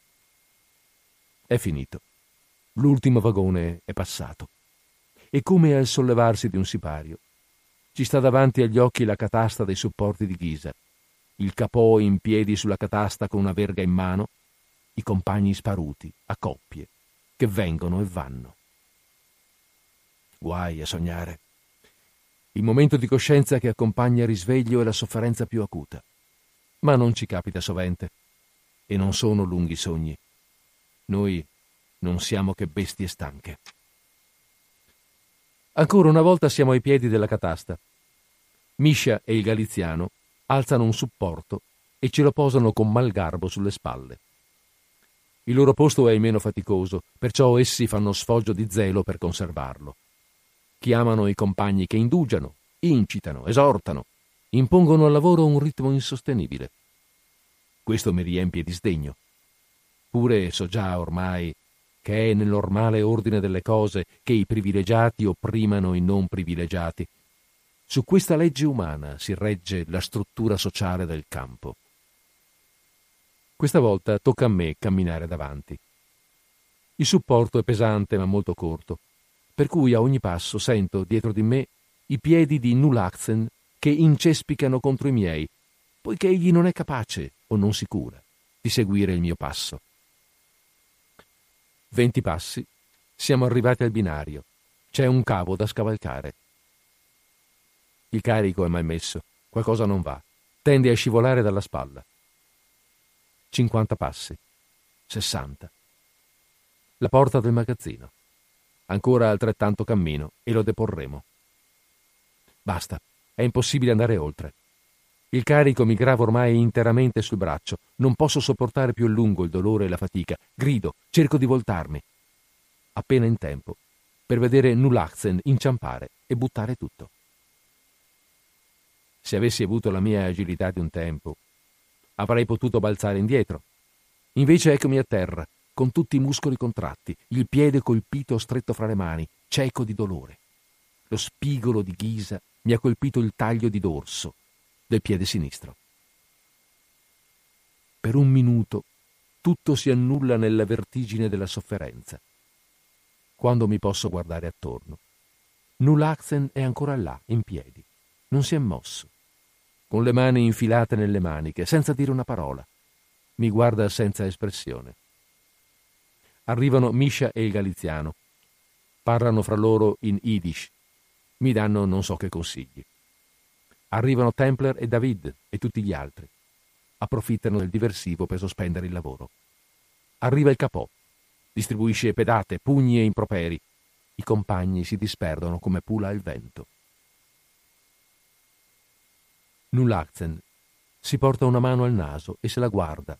È finito. L'ultimo vagone è passato e, come al sollevarsi di un sipario, ci sta davanti agli occhi la catasta dei supporti di ghisa, il capò in piedi sulla catasta con una verga in mano, i compagni sparuti a coppie che vengono e vanno. Guai a sognare. Il momento di coscienza che accompagna il risveglio è la sofferenza più acuta, ma non ci capita sovente e non sono lunghi sogni. Noi non siamo che bestie stanche. Ancora una volta siamo ai piedi della catasta. Miscia e il galiziano alzano un supporto e ce lo posano con malgarbo sulle spalle. Il loro posto è il meno faticoso, perciò essi fanno sfoggio di zelo per conservarlo. Chiamano i compagni che indugiano, incitano, esortano, impongono al lavoro un ritmo insostenibile. Questo mi riempie di sdegno. Pure so già ormai che è nel normale ordine delle cose che i privilegiati opprimano i non privilegiati. Su questa legge umana si regge la struttura sociale del campo. Questa volta tocca a me camminare davanti. Il supporto è pesante ma molto corto, per cui a ogni passo sento dietro di me i piedi di Nulaxen che incespicano contro i miei, poiché egli non è capace o non si cura di seguire il mio passo. Venti passi, siamo arrivati al binario. C'è un cavo da scavalcare. Il carico è mal messo, qualcosa non va, tende a scivolare dalla spalla. Cinquanta passi, sessanta. La porta del magazzino. Ancora altrettanto cammino e lo deporremo. Basta, è impossibile andare oltre. Il carico mi grava ormai interamente sul braccio, non posso sopportare più a lungo il dolore e la fatica. Grido, cerco di voltarmi. Appena in tempo per vedere Nulaxen inciampare e buttare tutto. Se avessi avuto la mia agilità di un tempo, avrei potuto balzare indietro. Invece eccomi a terra, con tutti i muscoli contratti, il piede colpito stretto fra le mani, cieco di dolore. Lo spigolo di ghisa mi ha colpito il taglio di dorso del piede sinistro. Per un minuto tutto si annulla nella vertigine della sofferenza. Quando mi posso guardare attorno, Nulaxen è ancora là, in piedi. Non si è mosso, con le mani infilate nelle maniche, senza dire una parola. Mi guarda senza espressione. Arrivano Miscia e il galiziano. Parlano fra loro in Yiddish. Mi danno non so che consigli. Arrivano Templer e David e tutti gli altri. Approfittano del diversivo per sospendere il lavoro. Arriva il capò. Distribuisce pedate, pugni e improperi. I compagni si disperdono come pula al vento. Nulaxen si porta una mano al naso e se la guarda.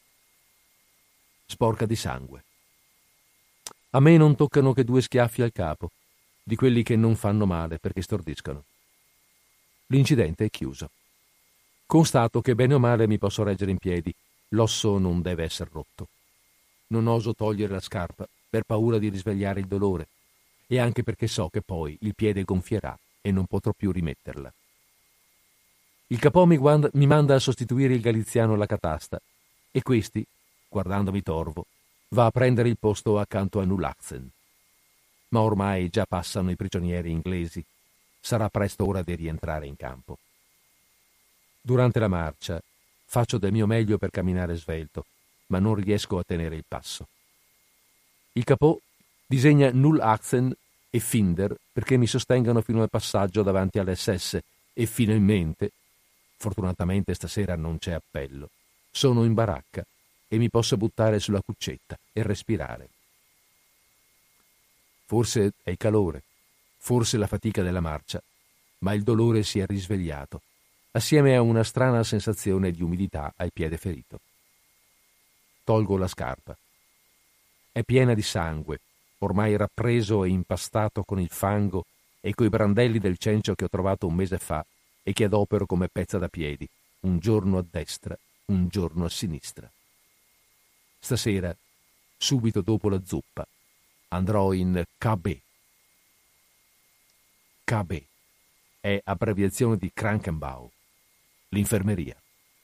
Sporca di sangue. A me non toccano che due schiaffi al capo, di quelli che non fanno male perché stordiscono. L'incidente è chiuso. Constato che bene o male mi posso reggere in piedi. L'osso non deve essere rotto. Non oso togliere la scarpa per paura di risvegliare il dolore e anche perché so che poi il piede gonfierà e non potrò più rimetterla. Il capò mi, guarda, mi manda a sostituire il galiziano alla catasta e questi, guardandomi torvo, va a prendere il posto accanto a Nulaxen. Ma ormai già passano i prigionieri inglesi. Sarà presto ora di rientrare in campo. Durante la marcia faccio del mio meglio per camminare svelto, ma non riesco a tenere il passo. Il capò disegna Nulaxen e Finder perché mi sostengano fino al passaggio davanti all'esse esse e finalmente, fortunatamente stasera non c'è appello, sono in baracca e mi posso buttare sulla cuccetta e respirare. Forse è il calore, forse la fatica della marcia, ma il dolore si è risvegliato, assieme a una strana sensazione di umidità al piede ferito. Tolgo la scarpa. È piena di sangue ormai rappreso e impastato con il fango e coi brandelli del cencio che ho trovato un mese fa e che adopero come pezza da piedi, un giorno a destra, un giorno a sinistra. Stasera, subito dopo la zuppa, andrò in K B. K B è abbreviazione di Krankenbau, l'infermeria.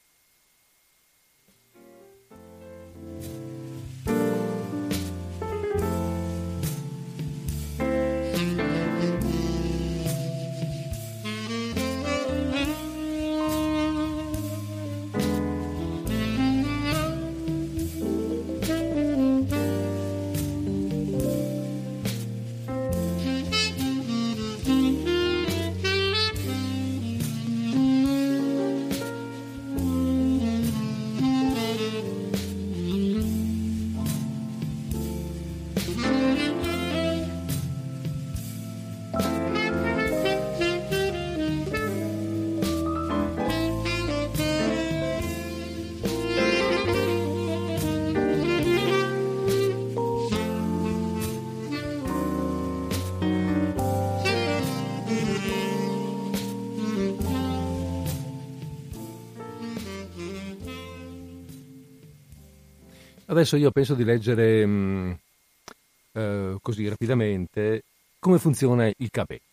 Adesso io penso di leggere mh, eh, così rapidamente come funziona il K B.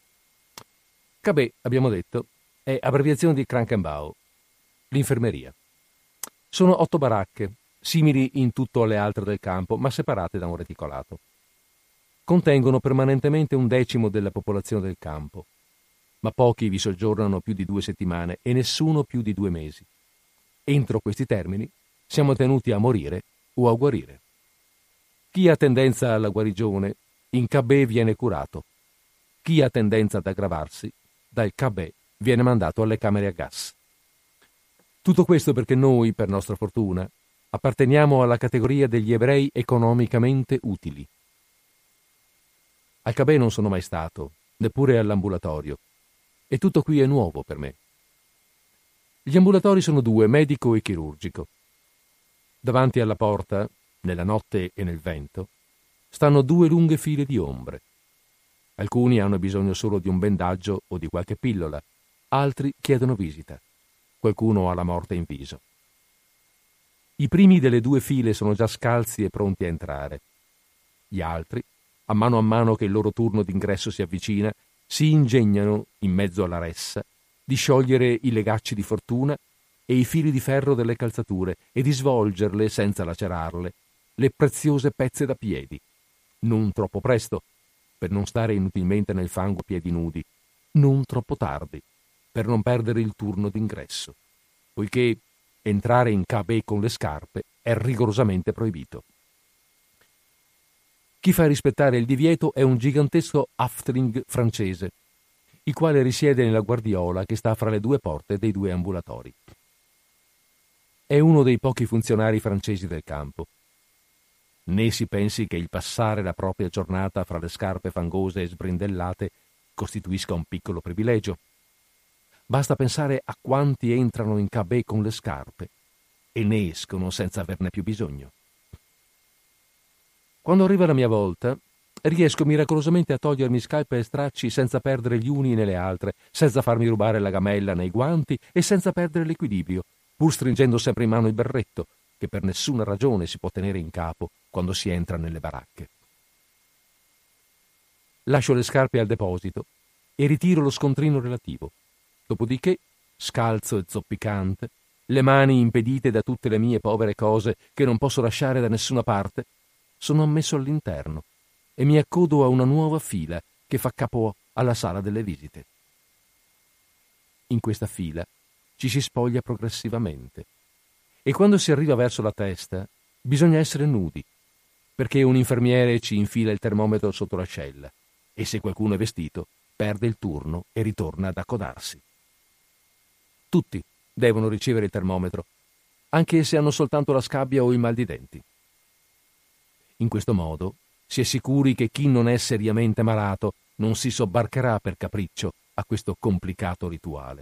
K B, abbiamo detto, è abbreviazione di Krankenbau, l'infermeria. Sono otto baracche, simili in tutto alle altre del campo, ma separate da un reticolato. Contengono permanentemente un decimo della popolazione del campo, ma pochi vi soggiornano più di due settimane e nessuno più di due mesi. Entro questi termini siamo tenuti a morire o a guarire. Chi ha tendenza alla guarigione in K B viene curato. Chi ha tendenza ad aggravarsi dal K B viene mandato alle camere a gas. Tutto questo perché noi, per nostra fortuna, apparteniamo alla categoria degli ebrei economicamente utili. Al K B non sono mai stato, neppure all'ambulatorio, e tutto qui è nuovo per me. Gli ambulatori sono due, medico e chirurgico. Davanti alla porta, nella notte e nel vento, stanno due lunghe file di ombre. Alcuni hanno bisogno solo di un bendaggio o di qualche pillola, altri chiedono visita. Qualcuno ha la morte in viso. I primi delle due file sono già scalzi e pronti a entrare. Gli altri, a mano a mano che il loro turno d'ingresso si avvicina, si ingegnano, in mezzo alla ressa, di sciogliere i legacci di fortuna e i fili di ferro delle calzature e di svolgerle, senza lacerarle, le preziose pezze da piedi. Non troppo presto, per non stare inutilmente nel fango a piedi nudi, non troppo tardi, per non perdere il turno d'ingresso, poiché entrare in K B con le scarpe è rigorosamente proibito. Chi fa rispettare il divieto è un gigantesco Haftling francese, il quale risiede nella guardiola che sta fra le due porte dei due ambulatori. È uno dei pochi funzionari francesi del campo. Né si pensi che il passare la propria giornata fra le scarpe fangose e sbrindellate costituisca un piccolo privilegio. Basta pensare a quanti entrano in K B con le scarpe e ne escono senza averne più bisogno. Quando arriva la mia volta, riesco miracolosamente a togliermi scarpe e stracci senza perdere gli uni né le altre, senza farmi rubare la gamella nei guanti e senza perdere l'equilibrio, pur stringendo sempre in mano il berretto, che per nessuna ragione si può tenere in capo quando si entra nelle baracche. Lascio le scarpe al deposito e ritiro lo scontrino relativo. Dopodiché, scalzo e zoppicante, le mani impedite da tutte le mie povere cose che non posso lasciare da nessuna parte, sono ammesso all'interno e mi accodo a una nuova fila che fa capo alla sala delle visite. In questa fila ci si spoglia progressivamente e quando si arriva verso la testa bisogna essere nudi, perché un infermiere ci infila il termometro sotto l'ascella e se qualcuno è vestito perde il turno e ritorna ad accodarsi. Tutti devono ricevere il termometro, anche se hanno soltanto la scabbia o il mal di denti. In questo modo si è sicuri che chi non è seriamente malato non si sobbarcherà per capriccio a questo complicato rituale.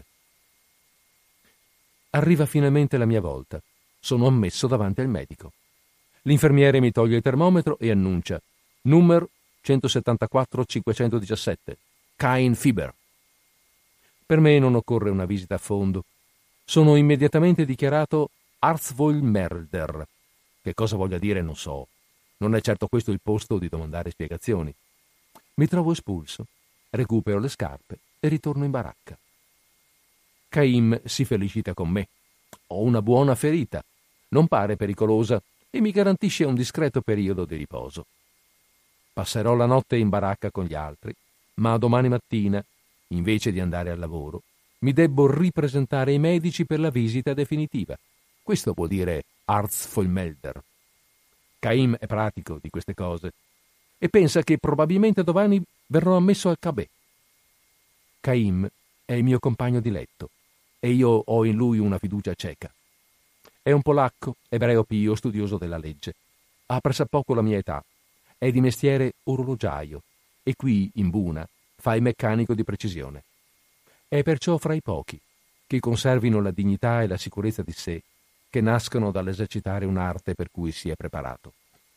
Arriva finalmente la mia volta. Sono ammesso davanti al medico. L'infermiere mi toglie il termometro e annuncia: Numero centosettantaquattro cinquecentodiciassette, Kain Fieber. Per me non occorre una visita a fondo. Sono immediatamente dichiarato Artsvollmelder. Che cosa voglia dire non so. Non è certo questo il posto di domandare spiegazioni. Mi trovo espulso, recupero le scarpe e ritorno in baracca. Caim si felicita con me. Ho una buona ferita, non pare pericolosa e mi garantisce un discreto periodo di riposo. Passerò la notte in baracca con gli altri, ma domani mattina, invece di andare al lavoro, mi debbo ripresentare ai medici per la visita definitiva. Questo vuol dire Artsvollmelder. Caim è pratico di queste cose e pensa che probabilmente domani verrò ammesso al Cabè. Caim è il mio compagno di letto e io ho in lui una fiducia cieca. È un polacco, ebreo pio, studioso della legge. Ha pressappoco la mia età. È di mestiere orologiaio e qui, in Buna, fa il meccanico di precisione. È perciò fra i pochi che conservino la dignità e la sicurezza di sé che nascono dall'esercitare un'arte per cui si è preparato.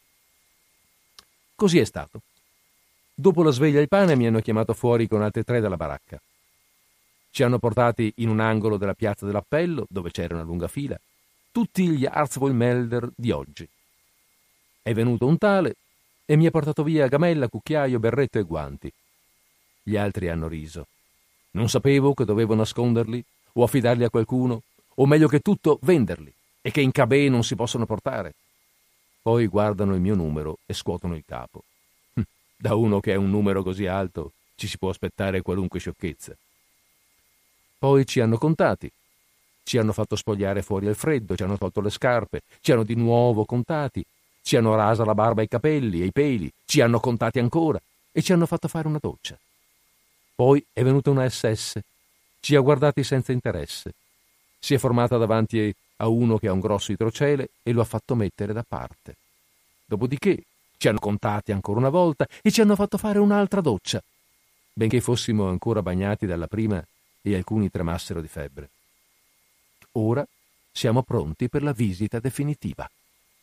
Così è stato. Dopo la sveglia e il pane mi hanno chiamato fuori con altri tre dalla baracca. Ci hanno portati in un angolo della piazza dell'Appello, dove c'era una lunga fila, tutti gli Artsvollmelder di oggi. È venuto un tale e mi ha portato via gamella, cucchiaio, berretto e guanti. Gli altri hanno riso. Non sapevo che dovevo nasconderli o affidarli a qualcuno, o meglio che tutto venderli, e che in Cabè non si possono portare. Poi guardano il mio numero e scuotono il capo. Da uno che è un numero così alto ci si può aspettare qualunque sciocchezza. Poi ci hanno contati, ci hanno fatto spogliare fuori al freddo, ci hanno tolto le scarpe, ci hanno di nuovo contati, ci hanno rasa la barba e i capelli e i peli, ci hanno contati ancora e ci hanno fatto fare una doccia. Poi è venuta una esse esse, ci ha guardati senza interesse, si è formata davanti a uno che ha un grosso idrocele e lo ha fatto mettere da parte. Dopodiché ci hanno contati ancora una volta e ci hanno fatto fare un'altra doccia, benché fossimo ancora bagnati dalla prima e alcuni tremassero di febbre. Ora siamo pronti per la visita definitiva.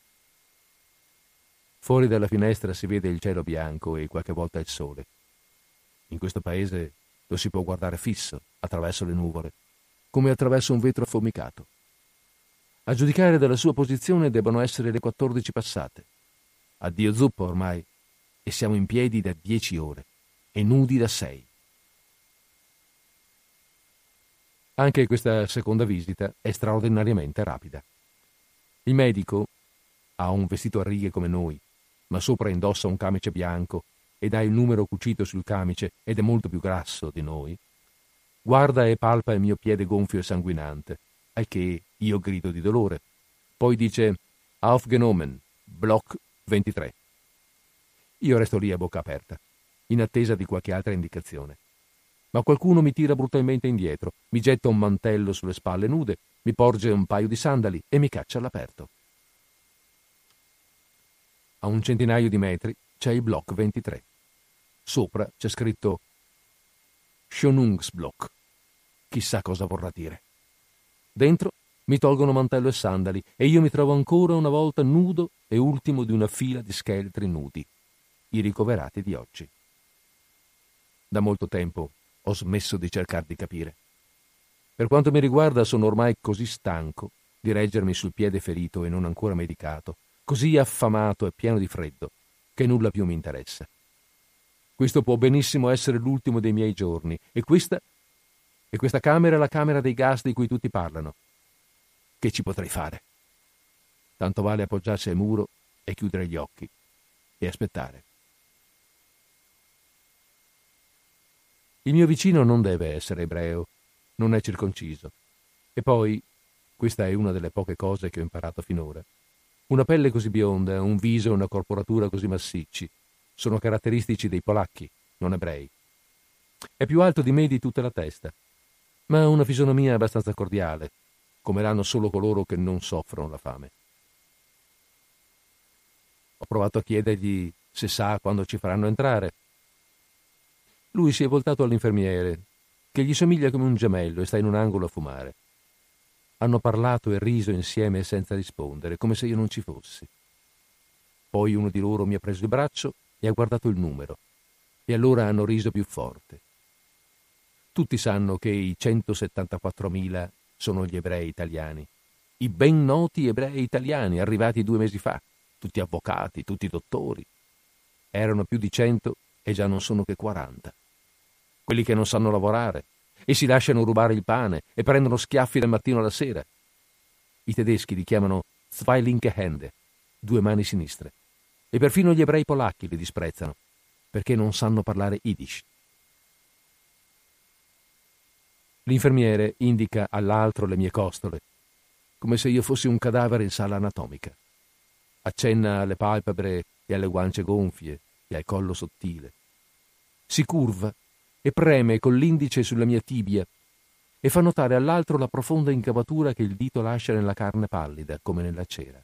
Fuori dalla finestra si vede il cielo bianco e qualche volta il sole. In questo paese lo si può guardare fisso, attraverso le nuvole, come attraverso un vetro affumicato. A giudicare dalla sua posizione debbono essere le quattordici passate. Addio zuppa ormai, e siamo in piedi da dieci ore, e nudi da sei. Anche questa seconda visita è straordinariamente rapida. Il medico ha un vestito a righe come noi, ma sopra indossa un camice bianco ed ha il numero cucito sul camice ed è molto più grasso di noi. Guarda e palpa il mio piede gonfio e sanguinante, al che io grido di dolore. Poi dice Aufgenommen, Block ventitré. Io resto lì a bocca aperta, in attesa di qualche altra indicazione. Ma qualcuno mi tira brutalmente indietro, mi getta un mantello sulle spalle nude, mi porge un paio di sandali e mi caccia all'aperto. A un centinaio di metri c'è il Block ventitré. Sopra c'è scritto Schonungsblock. Chissà cosa vorrà dire. Dentro mi tolgono mantello e sandali e io mi trovo ancora una volta nudo e ultimo di una fila di scheletri nudi, i ricoverati di oggi. Da molto tempo ho smesso di cercare di capire. Per quanto mi riguarda sono ormai così stanco di reggermi sul piede ferito e non ancora medicato, così affamato e pieno di freddo, che nulla più mi interessa. Questo può benissimo essere l'ultimo dei miei giorni, e questa, e questa camera è la camera dei gas di cui tutti parlano. Che ci potrei fare? Tanto vale appoggiarsi al muro e chiudere gli occhi e aspettare. Il mio vicino non deve essere ebreo, non è circonciso. E poi, questa è una delle poche cose che ho imparato finora, una pelle così bionda, un viso e una corporatura così massicci sono caratteristici dei polacchi, non ebrei. È più alto di me di tutta la testa, ma ha una fisonomia abbastanza cordiale, come l'hanno solo coloro che non soffrono la fame. Ho provato a chiedergli se sa quando ci faranno entrare. Lui si è voltato all'infermiere, che gli somiglia come un gemello e sta in un angolo a fumare. Hanno parlato e riso insieme senza rispondere, come se io non ci fossi. Poi uno di loro mi ha preso il braccio e ha guardato il numero, e allora hanno riso più forte. Tutti sanno che i centosettantaquattromila sono gli ebrei italiani, i ben noti ebrei italiani arrivati due mesi fa, tutti avvocati, tutti dottori. Erano più di cento e già non sono che quaranta. Quelli che non sanno lavorare e si lasciano rubare il pane e prendono schiaffi dal mattino alla sera. I tedeschi li chiamano zwei linke Hände, due mani sinistre, e perfino gli ebrei polacchi li disprezzano perché non sanno parlare Yiddish. L'infermiere indica all'altro le mie costole, come se io fossi un cadavere in sala anatomica. Accenna alle palpebre e alle guance gonfie e al collo sottile. Si curva e preme con l'indice sulla mia tibia e fa notare all'altro la profonda incavatura che il dito lascia nella carne pallida, come nella cera.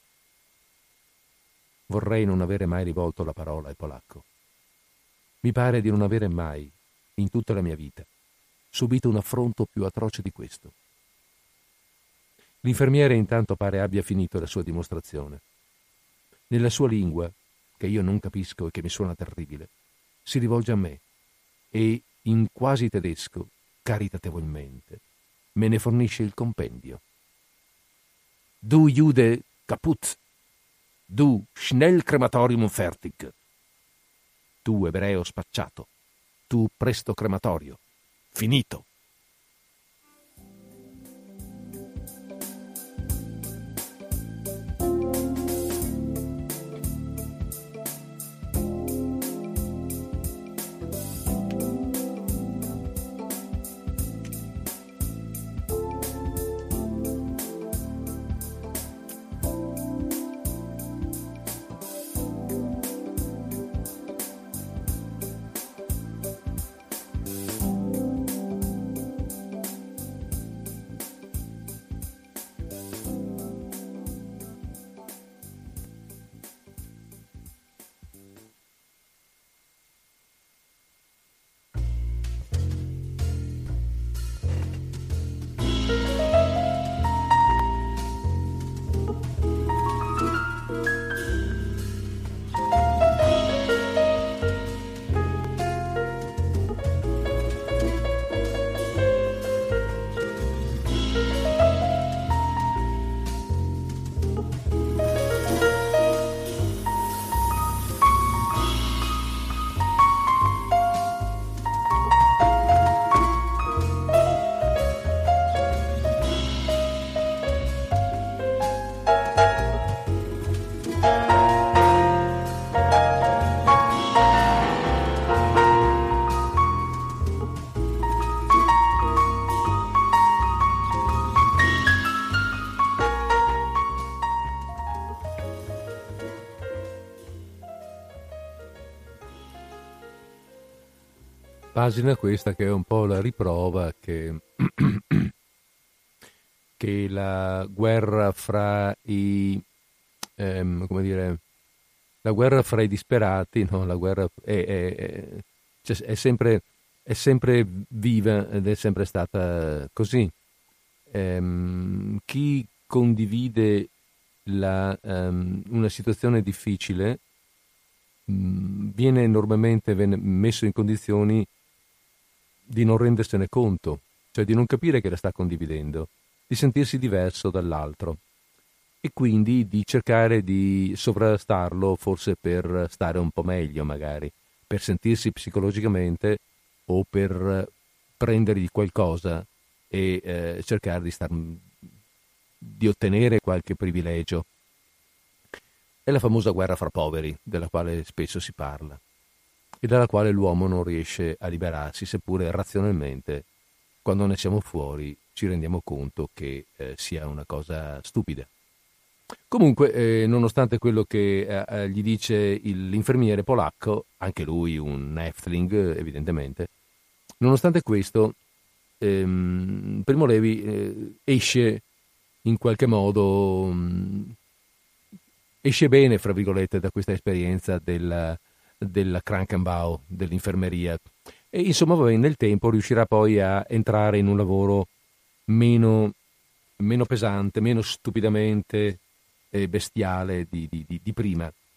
Vorrei non avere mai rivolto la parola al polacco. Mi pare di non avere mai, in tutta la mia vita, subito un affronto più atroce di questo. L'infermiere intanto pare abbia finito la sua dimostrazione. Nella sua lingua, che io non capisco e che mi suona terribile, si rivolge a me e, in quasi tedesco, caritatevolmente, me ne fornisce il compendio. Du Jude kaputt, du schnell crematorium fertig, tu ebreo spacciato, tu presto crematorio, finito. Pagina questa che è un po' la riprova che, che la guerra fra i ehm, come dire la guerra fra i disperati, no? La guerra è, è, è, cioè è sempre è sempre viva ed è sempre stata così. Ehm, chi condivide la, um, una situazione difficile mh, viene normalmente messo in condizioni di non rendersene conto, cioè di non capire che la sta condividendo, di sentirsi diverso dall'altro e quindi di cercare di sovrastarlo, forse per stare un po' meglio magari, per sentirsi psicologicamente o per prendergli qualcosa e eh, cercare di, star, di ottenere qualche privilegio. È la famosa guerra fra poveri, della quale spesso si parla e dalla quale l'uomo non riesce a liberarsi, seppure razionalmente, quando ne siamo fuori, ci rendiamo conto che eh, sia una cosa stupida. Comunque, eh, nonostante quello che eh, gli dice il, l'infermiere polacco, anche lui un Häftling, evidentemente, nonostante questo, ehm, Primo Levi eh, esce in qualche modo, mh, esce bene, fra virgolette, da questa esperienza della della Krankenbau, dell'infermeria e insomma nel tempo riuscirà poi a entrare in un lavoro meno, meno pesante, meno stupidamente eh, bestiale di, di, di, di prima.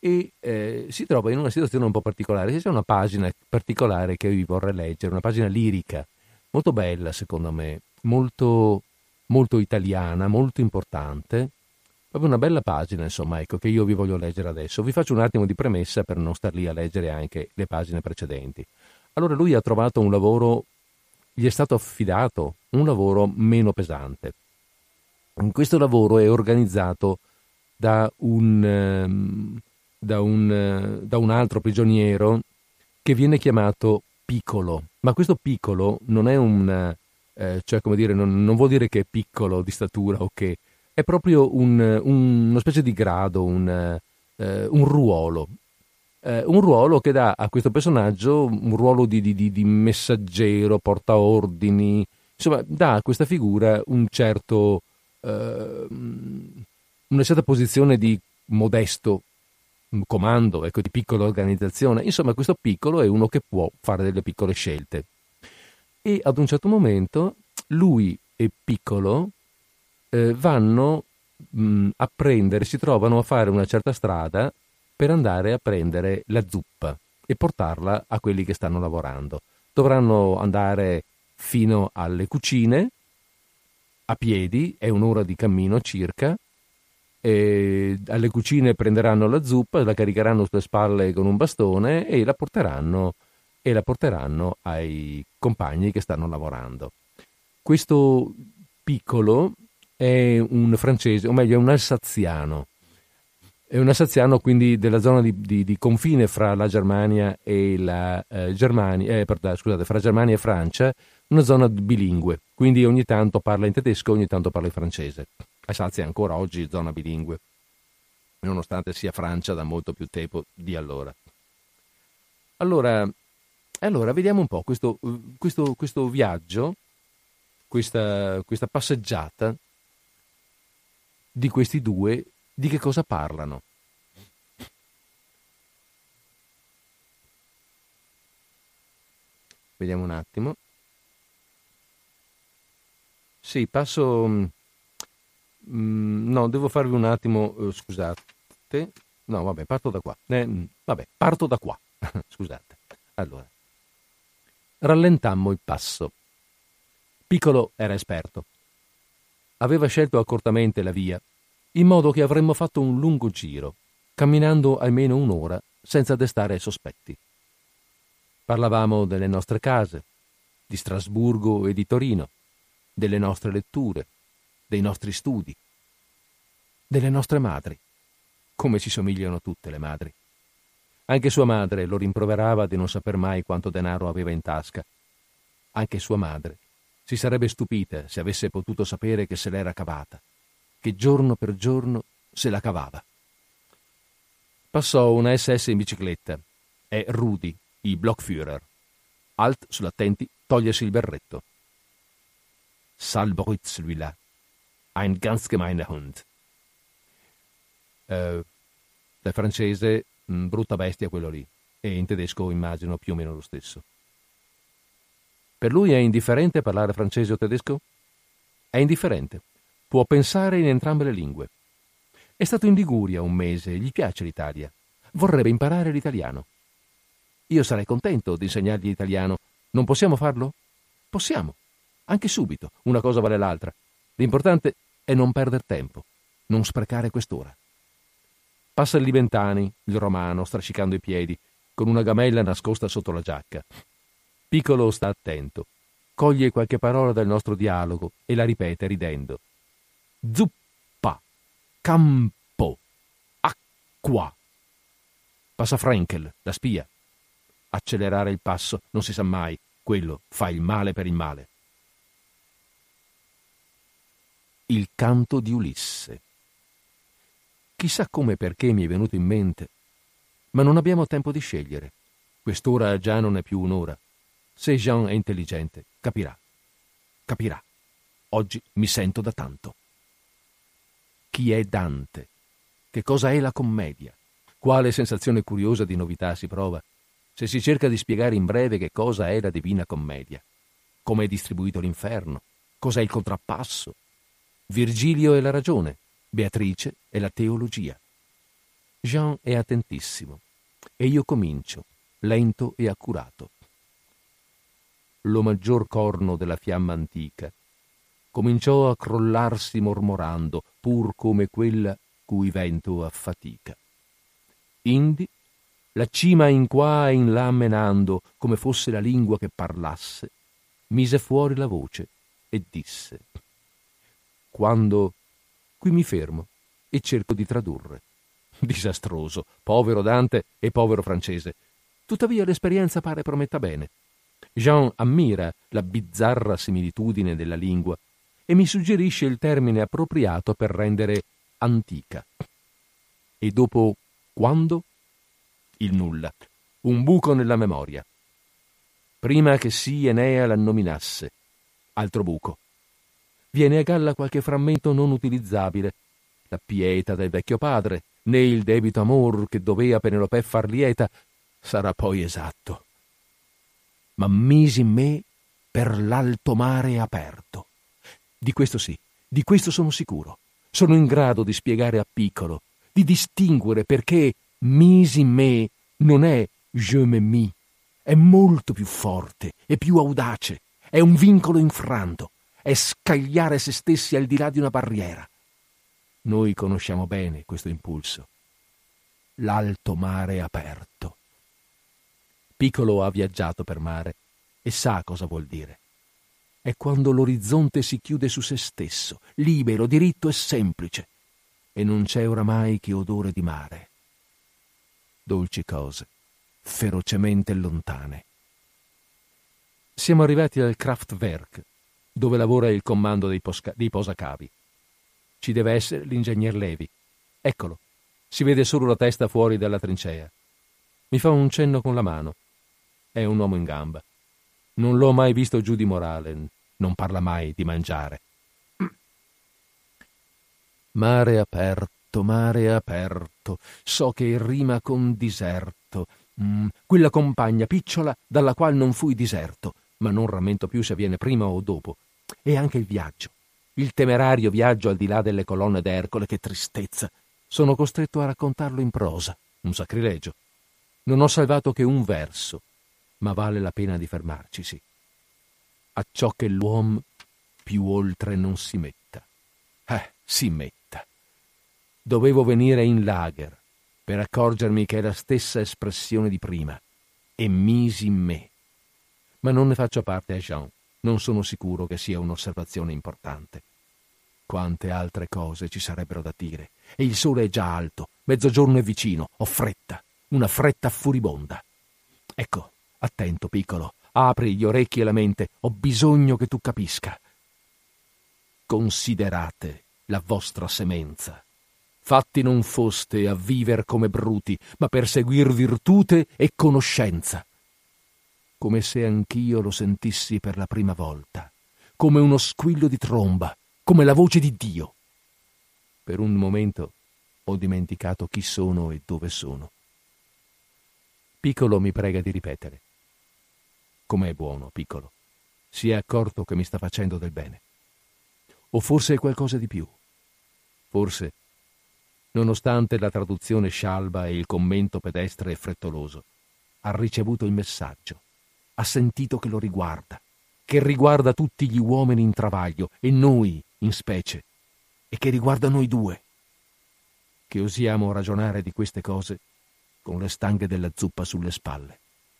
e eh, si trova in una situazione un po' particolare. C'è una pagina particolare che vi vorrei leggere, una pagina lirica, molto bella secondo me, molto, molto italiana, molto importante, proprio una bella pagina, insomma, ecco, che io vi voglio leggere adesso. Vi faccio un attimo di premessa per non star lì a leggere anche le pagine precedenti. Allora lui ha trovato un lavoro, gli è stato affidato un lavoro meno pesante. Questo lavoro è organizzato da un, da un, da un altro prigioniero che viene chiamato Piccolo, ma questo Piccolo non è un, eh, cioè come dire, non, non vuol dire che è piccolo di statura o che è proprio un, un, una specie di grado, un, eh, un ruolo. Eh, un ruolo che dà a questo personaggio un ruolo di, di, di messaggero, portaordini, insomma dà a questa figura un certo, eh, una certa posizione di modesto comando, ecco, di piccola organizzazione. Insomma, questo Piccolo è uno che può fare delle piccole scelte. E ad un certo momento lui e Piccolo eh, vanno mh, a prendere, si trovano a fare una certa strada per andare a prendere la zuppa e portarla a quelli che stanno lavorando. Dovranno andare fino alle cucine a piedi, è un'ora di cammino circa, e alle cucine prenderanno la zuppa, la caricheranno sulle spalle con un bastone e la porteranno, e la porteranno ai compagni che stanno lavorando. Questo Piccolo è un francese, o meglio è un alsaziano. È un alsaziano quindi della zona di, di, di confine fra la Germania e la eh, Germania, eh, pardon, scusate, fra Germania e Francia, una zona bilingue, quindi ogni tanto parla in tedesco, ogni tanto parla in francese. Alsazia è ancora oggi zona bilingue, nonostante sia Francia da molto più tempo di allora. Allora, allora vediamo un po' questo, questo, questo viaggio, questa, questa passeggiata di questi due. Di che cosa parlano? Vediamo un attimo. Sì, passo... Mm, no, devo farvi un attimo... Uh, scusate. No, vabbè, parto da qua. Eh, vabbè, parto da qua. Scusate. Allora. Rallentammo il passo. Piccolo era esperto. Aveva scelto accortamente la via, in modo che avremmo fatto un lungo giro, camminando almeno un'ora senza destare sospetti. Parlavamo delle nostre case, di Strasburgo e di Torino, delle nostre letture, dei nostri studi, delle nostre madri, come ci somigliano tutte le madri. Anche sua madre lo rimproverava di non saper mai quanto denaro aveva in tasca. Anche sua madre si sarebbe stupita se avesse potuto sapere che se l'era cavata, che giorno per giorno se la cavava. Passò una esse esse in bicicletta. È Rudi, il Blockführer. Alt sull'attenti, togliersi il berretto. Salbritz, lui là. Ein ganz gemeiner Hund. Eh, da francese, mh, brutta bestia quello lì. E in tedesco immagino più o meno lo stesso. Per lui è indifferente parlare francese o tedesco? È indifferente. Può pensare in entrambe le lingue. È stato in Liguria un mese, gli piace l'Italia. Vorrebbe imparare l'italiano. Io sarei contento di insegnargli l'italiano. Non possiamo farlo? Possiamo. Anche subito. Una cosa vale l'altra. L'importante è non perdere tempo, non sprecare quest'ora. Passa il Liventani, il romano, strascicando i piedi, con una gamella nascosta sotto la giacca. Piccolo sta attento. Coglie qualche parola del nostro dialogo e la ripete ridendo. Zuppa, campo, acqua. Passa Frenkel, la spia. Accelerare il passo, non si sa mai, quello fa il male per il male. Il canto di Ulisse. Chissà come e perché mi è venuto in mente, ma non abbiamo tempo di scegliere. Quest'ora già non è più un'ora. Se Jean è intelligente, capirà. Capirà. Oggi mi sento da tanto. Chi è Dante? Che cosa è la commedia? Quale sensazione curiosa di novità si prova se si cerca di spiegare in breve che cosa è la Divina Commedia, come è distribuito l'inferno, cos'è il contrappasso. Virgilio è la ragione, Beatrice è la teologia. Jean è attentissimo e io comincio, lento e accurato. Lo maggior corno della fiamma antica cominciò a crollarsi mormorando, pur come quella cui vento affatica. Indi, la cima in qua e in là menando, come fosse la lingua che parlasse, mise fuori la voce e disse: quando qui mi fermo e cerco di tradurre. Disastroso, povero Dante e povero francese. Tuttavia l'esperienza pare prometta bene. Jean ammira la bizzarra similitudine della lingua e mi suggerisce il termine appropriato per rendere antica. E dopo quando? Il nulla, un buco nella memoria. Prima che sì Enea l'annominasse, altro buco. Viene a galla qualche frammento non utilizzabile, la pieta del vecchio padre, né il debito amor che dovea Penelopè far lieta, sarà poi esatto. Ma misi in me per l'alto mare aperto. Di questo sì, di questo sono sicuro. Sono in grado di spiegare a Piccolo, di distinguere perché misi in me non è je me mis, è molto più forte e più audace, è un vincolo infranto, è scagliare se stessi al di là di una barriera. Noi conosciamo bene questo impulso. L'alto mare aperto. Piccolo ha viaggiato per mare e sa cosa vuol dire. È quando l'orizzonte si chiude su se stesso, libero, diritto e semplice, e non c'è oramai che odore di mare. Dolci cose, ferocemente lontane. Siamo arrivati al Kraftwerk, dove lavora il comando dei, posca- dei posacavi. Ci deve essere l'ingegner Levi. Eccolo, si vede solo la testa fuori dalla trincea. Mi fa un cenno con la mano. È un uomo in gamba. Non l'ho mai visto giù di morale, non parla mai di mangiare. Mare aperto, mare aperto, so che rima con diserto. Mm, quella compagna picciola dalla qual non fui diserto, ma non rammento più se viene prima o dopo. E anche il viaggio, il temerario viaggio al di là delle colonne d'Ercole, che tristezza. Sono costretto a raccontarlo in prosa, un sacrilegio. Non ho salvato che un verso, ma vale la pena di fermarcisi. A ciò che l'uom più oltre non si metta. Eh, si metta. Dovevo venire in lager per accorgermi che è la stessa espressione di prima, e misi in me. Ma non ne faccio parte a Jean, non sono sicuro che sia un'osservazione importante. Quante altre cose ci sarebbero da dire, e il sole è già alto, mezzogiorno è vicino, ho fretta, una fretta furibonda. Ecco, attento, Piccolo, apri gli orecchi e la mente, ho bisogno che tu capisca. Considerate la vostra semenza. Fatti non foste a viver come bruti, ma per seguir virtute e conoscenza. Come se anch'io lo sentissi per la prima volta, come uno squillo di tromba, come la voce di Dio. Per un momento ho dimenticato chi sono e dove sono. Piccolo mi prega di ripetere. Com'è buono, Piccolo. Si è accorto che mi sta facendo del bene. O forse è qualcosa di più. Forse, nonostante la traduzione scialba e il commento pedestre e frettoloso, ha ricevuto il messaggio, ha sentito che lo riguarda, che riguarda tutti gli uomini in travaglio, e noi in specie, e che riguarda noi due, che osiamo ragionare di queste cose con le stanghe della zuppa sulle spalle.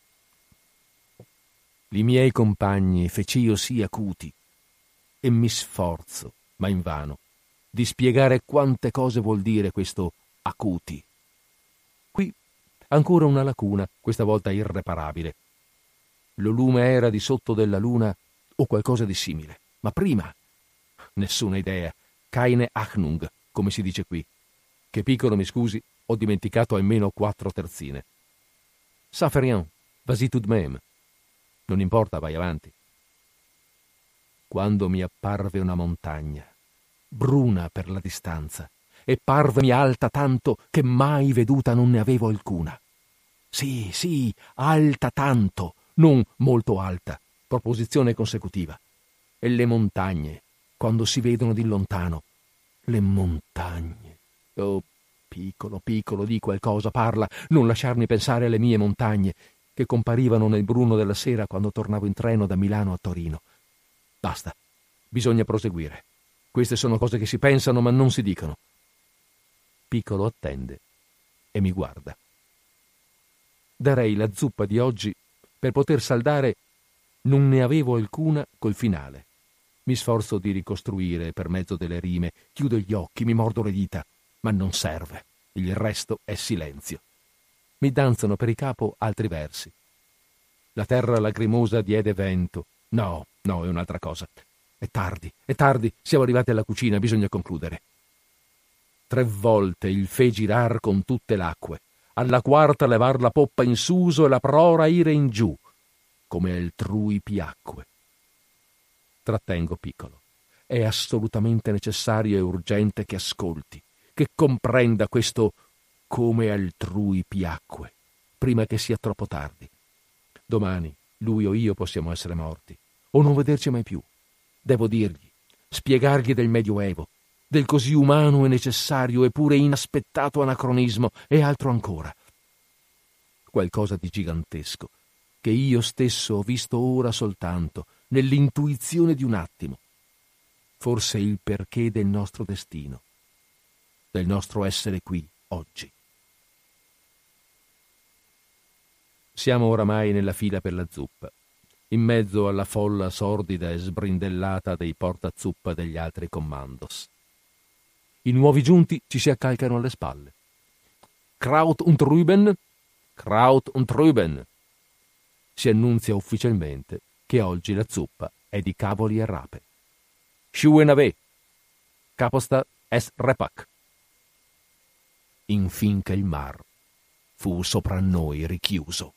I miei compagni feci io sì acuti, e mi sforzo, ma invano, di spiegare quante cose vuol dire questo acuti. Qui ancora una lacuna, questa volta irreparabile. Lo lume era di sotto della luna o qualcosa di simile, ma prima nessuna idea, keine Ahnung, come si dice qui. Che Piccolo mi scusi, ho dimenticato almeno quattro terzine. Ça fait rien, vas-y tout de même. Non importa, vai avanti. Quando mi apparve una montagna, bruna per la distanza, e parvemi alta tanto che mai veduta non ne avevo alcuna. Sì, sì, alta tanto, non molto alta, proposizione consecutiva. E le montagne, quando si vedono di lontano, le montagne. Oh, Piccolo, piccolo, di qualcosa, parla, non lasciarmi pensare alle mie montagne, che comparivano nel bruno della sera quando tornavo in treno da Milano a Torino. Basta, bisogna proseguire. Queste sono cose che si pensano ma non si dicono. Piccolo attende e mi guarda. Darei la zuppa di oggi per poter saldare, non ne avevo alcuna, col finale. Mi sforzo di ricostruire per mezzo delle rime, chiudo gli occhi, mi mordo le dita, ma non serve. Il resto è silenzio. Mi danzano per il capo altri versi. La terra lacrimosa diede vento. No, no, è un'altra cosa. È tardi, è tardi, siamo arrivati alla cucina, bisogna concludere. Tre volte il fe girar con tutte l'acque, alla quarta levar la poppa in suso e la prora ire in giù, come altrui piacque. Trattengo, Piccolo. È assolutamente necessario e urgente che ascolti, che comprenda questo come altrui piacque, prima che sia troppo tardi. Domani lui o io possiamo essere morti, o non vederci mai più. Devo dirgli, spiegargli del Medioevo, del così umano e necessario eppure inaspettato anacronismo e altro ancora. Qualcosa di gigantesco, che io stesso ho visto ora soltanto, nell'intuizione di un attimo. Forse il perché del nostro destino, del nostro essere qui oggi. Siamo oramai nella fila per la zuppa, in mezzo alla folla sordida e sbrindellata dei portazuppa degli altri commandos. I nuovi giunti ci si accalcano alle spalle. Kraut und Rüben, Kraut und Rüben. Si annunzia ufficialmente che oggi la zuppa è di cavoli e rape. Schuenave, caposta es repak. Infinché il mar fu sopra noi richiuso.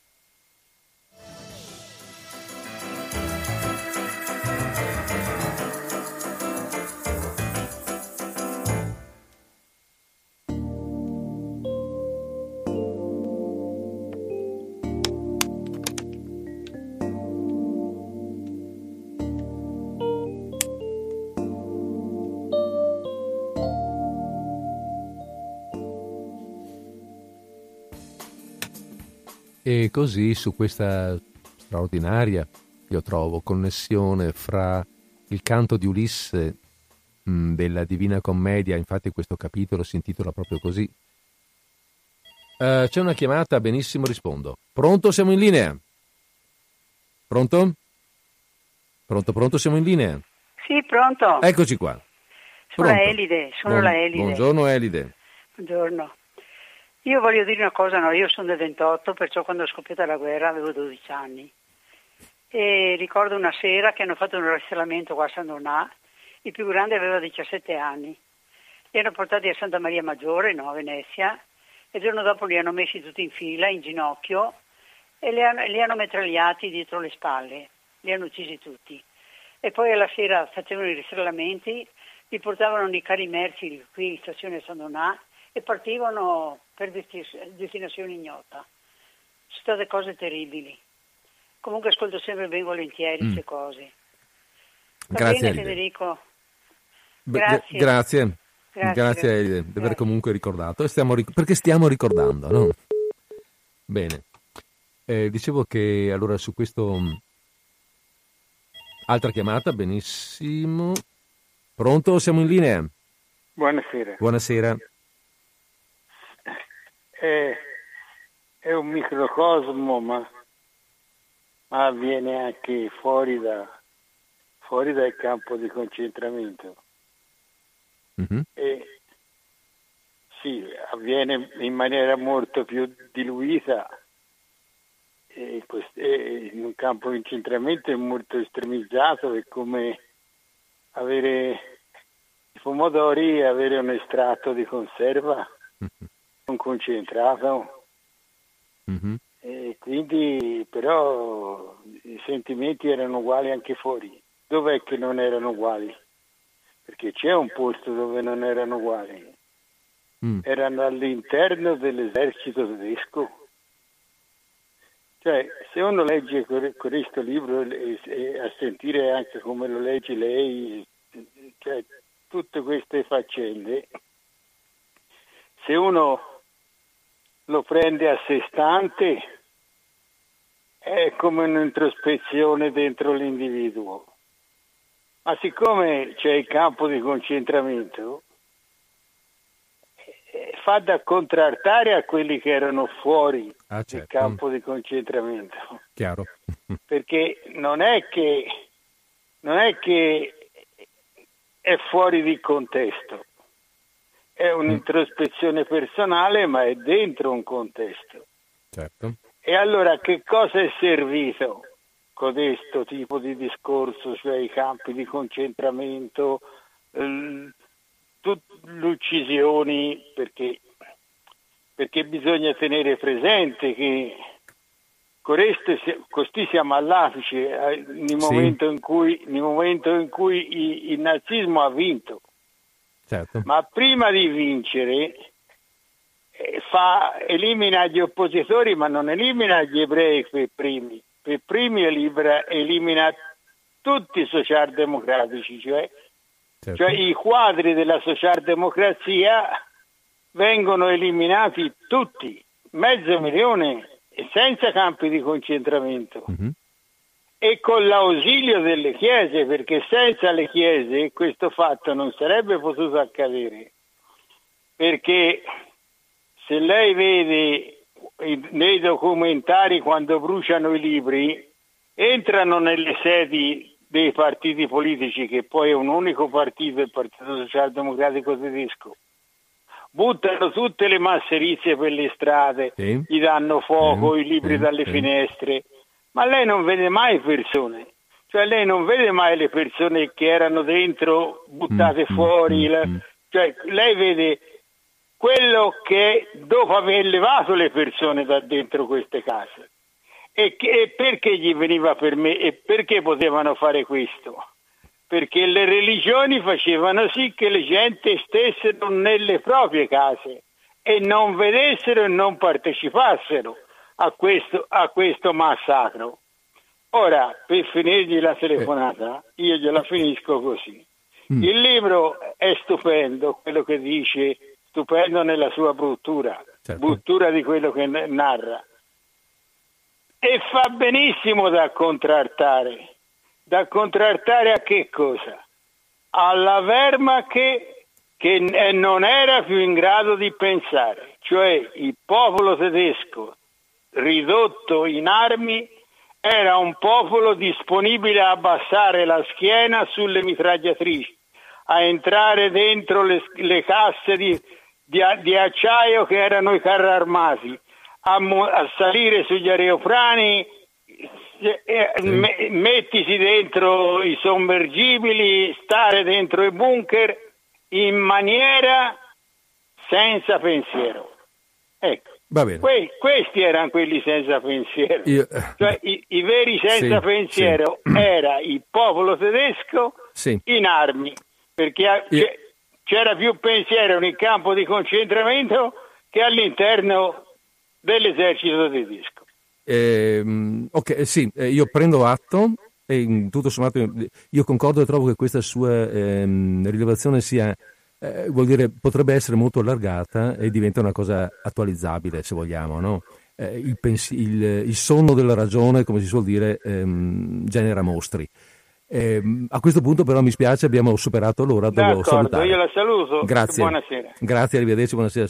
E così su questa straordinaria, io trovo, connessione fra il canto di Ulisse mh, della Divina Commedia, infatti questo capitolo si intitola proprio così. Uh, c'è una chiamata, benissimo, rispondo. Pronto, siamo in linea? Pronto? Pronto, pronto, siamo in linea? Sì, pronto. Eccoci qua. Sono Pronto. la Elide, sono Buon, la Elide. Buongiorno Elide. Buongiorno. Io voglio dire una cosa, no, io sono del ventotto, perciò quando è scoppiata la guerra avevo dodici anni. E ricordo una sera che hanno fatto un rastrellamento qua a San Donà, il più grande aveva diciassette anni. Li hanno portati a Santa Maria Maggiore, no, a Venezia, e il giorno dopo li hanno messi tutti in fila, in ginocchio, e li hanno, li hanno metragliati dietro le spalle, li hanno uccisi tutti. E poi alla sera facevano i rastrellamenti, li portavano nei carri merci qui in stazione San Donà e partivano per destinazione ignota. Sono state cose terribili. Comunque ascolto sempre ben volentieri queste mm. cose. Va grazie bene, Federico. Grazie. Grazie. Grazie, grazie di aver grazie. comunque ricordato. E stiamo ric- perché stiamo ricordando, no? Bene. Eh, dicevo che allora su questo... Altra chiamata, benissimo. Pronto? Siamo in linea? Buonasera. Buonasera. È, è un microcosmo, ma, ma avviene anche fuori, da, fuori dal campo di concentramento. Mm-hmm. E, sì, avviene in maniera molto più diluita e, e in un campo di concentramento è molto estremizzato, è come avere i pomodori e avere un estratto di conserva. Mm-hmm. Un concentrato. Mm-hmm. E quindi però i sentimenti erano uguali anche fuori. Dov'è che non erano uguali? Perché c'è un posto dove non erano uguali. Mm. Erano all'interno dell'esercito tedesco. Cioè, se uno legge questo libro e, e a sentire anche come lo legge lei, cioè tutte queste faccende, se uno lo prende a sé stante è come un'introspezione dentro l'individuo, ma siccome c'è il campo di concentramento, fa da contraltare a quelli che erano fuori ah, certo. del campo di concentramento. Chiaro. Perché non è che non è che è fuori di contesto, è un'introspezione personale, ma è dentro un contesto. Certo. E allora che cosa è servito con questo tipo di discorso, cioè i campi di concentramento, l- l'uccisioni, perché, perché bisogna tenere presente che costì siamo all'apice nel momento, sì. in cui, nel momento in cui il, il nazismo ha vinto. Certo. Ma prima di vincere eh, fa, elimina gli oppositori, ma non elimina gli ebrei per primi, per primi elimina, elimina tutti i socialdemocratici, cioè Certo. Cioè i quadri della socialdemocrazia vengono eliminati tutti, mezzo milione, senza campi di concentramento. Mm-hmm. E con l'ausilio delle chiese, perché senza le chiese questo fatto non sarebbe potuto accadere. Perché se lei vede nei documentari quando bruciano i libri, entrano nelle sedi dei partiti politici, che poi è un unico partito, il Partito Socialdemocratico Tedesco, buttano tutte le masserizie per le strade, sì. gli danno fuoco, sì. i libri sì. dalle sì. finestre, ma lei non vede mai persone, cioè lei non vede mai le persone che erano dentro buttate mm, fuori, mm, la... mm. cioè lei vede quello che dopo aver levato le persone da dentro queste case. E, che, e perché gli veniva per me e perché potevano fare questo? Perché le religioni facevano sì che le gente stessero nelle proprie case e non vedessero e non partecipassero a questo, a questo massacro. Ora, per finirgli la telefonata, io gliela finisco così. Mm. Il libro è stupendo, quello che dice, stupendo nella sua bruttura, certo. bruttura di quello che narra. E fa benissimo da contraltare. Da contraltare a che cosa? Alla Wehrmacht che non era più in grado di pensare, cioè il popolo tedesco ridotto in armi era un popolo disponibile a abbassare la schiena sulle mitragliatrici, a entrare dentro le, le casse di, di, di acciaio che erano i carri armati, a, a salire sugli aeroplani, eh, sì. me, mettisi dentro i sommergibili, stare dentro i bunker in maniera senza pensiero. Ecco. Va bene. Que- questi erano quelli senza pensiero. Io... Cioè, i, i veri senza sì, pensiero sì. era il popolo tedesco sì. in armi, perché a- Io... c'era più pensiero nel campo di concentramento che all'interno dell'esercito tedesco. Eh, ok, sì, io prendo atto e in tutto sommato io concordo e trovo che questa sua ehm, rilevazione sia Eh, vuol dire potrebbe essere molto allargata e diventa una cosa attualizzabile, se vogliamo, no? Eh, il, pens- il, il sonno della ragione, come si suol dire, ehm, genera mostri. Eh, a questo punto però mi spiace, abbiamo superato l'ora, devo salutare. Io la saluto. Grazie. Buonasera. Grazie, arrivederci, buonasera.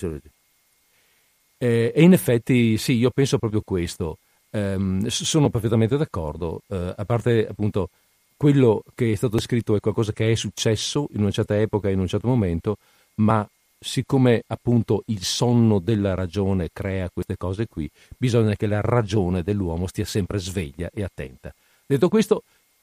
Eh, e in effetti sì, io penso proprio questo. Eh, sono perfettamente d'accordo, eh, a parte appunto quello che è stato scritto è qualcosa che è successo in una certa epoca, in un certo momento, ma siccome appunto il sonno della ragione crea queste cose qui, bisogna che la ragione dell'uomo stia sempre sveglia e attenta. Detto questo,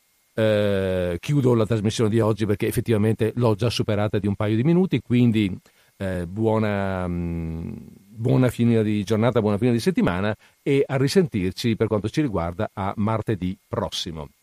eh, chiudo la trasmissione di oggi perché effettivamente l'ho già superata di un paio di minuti, quindi eh, buona, mh, buona fine di giornata, buona fine di settimana e a risentirci per quanto ci riguarda a martedì prossimo.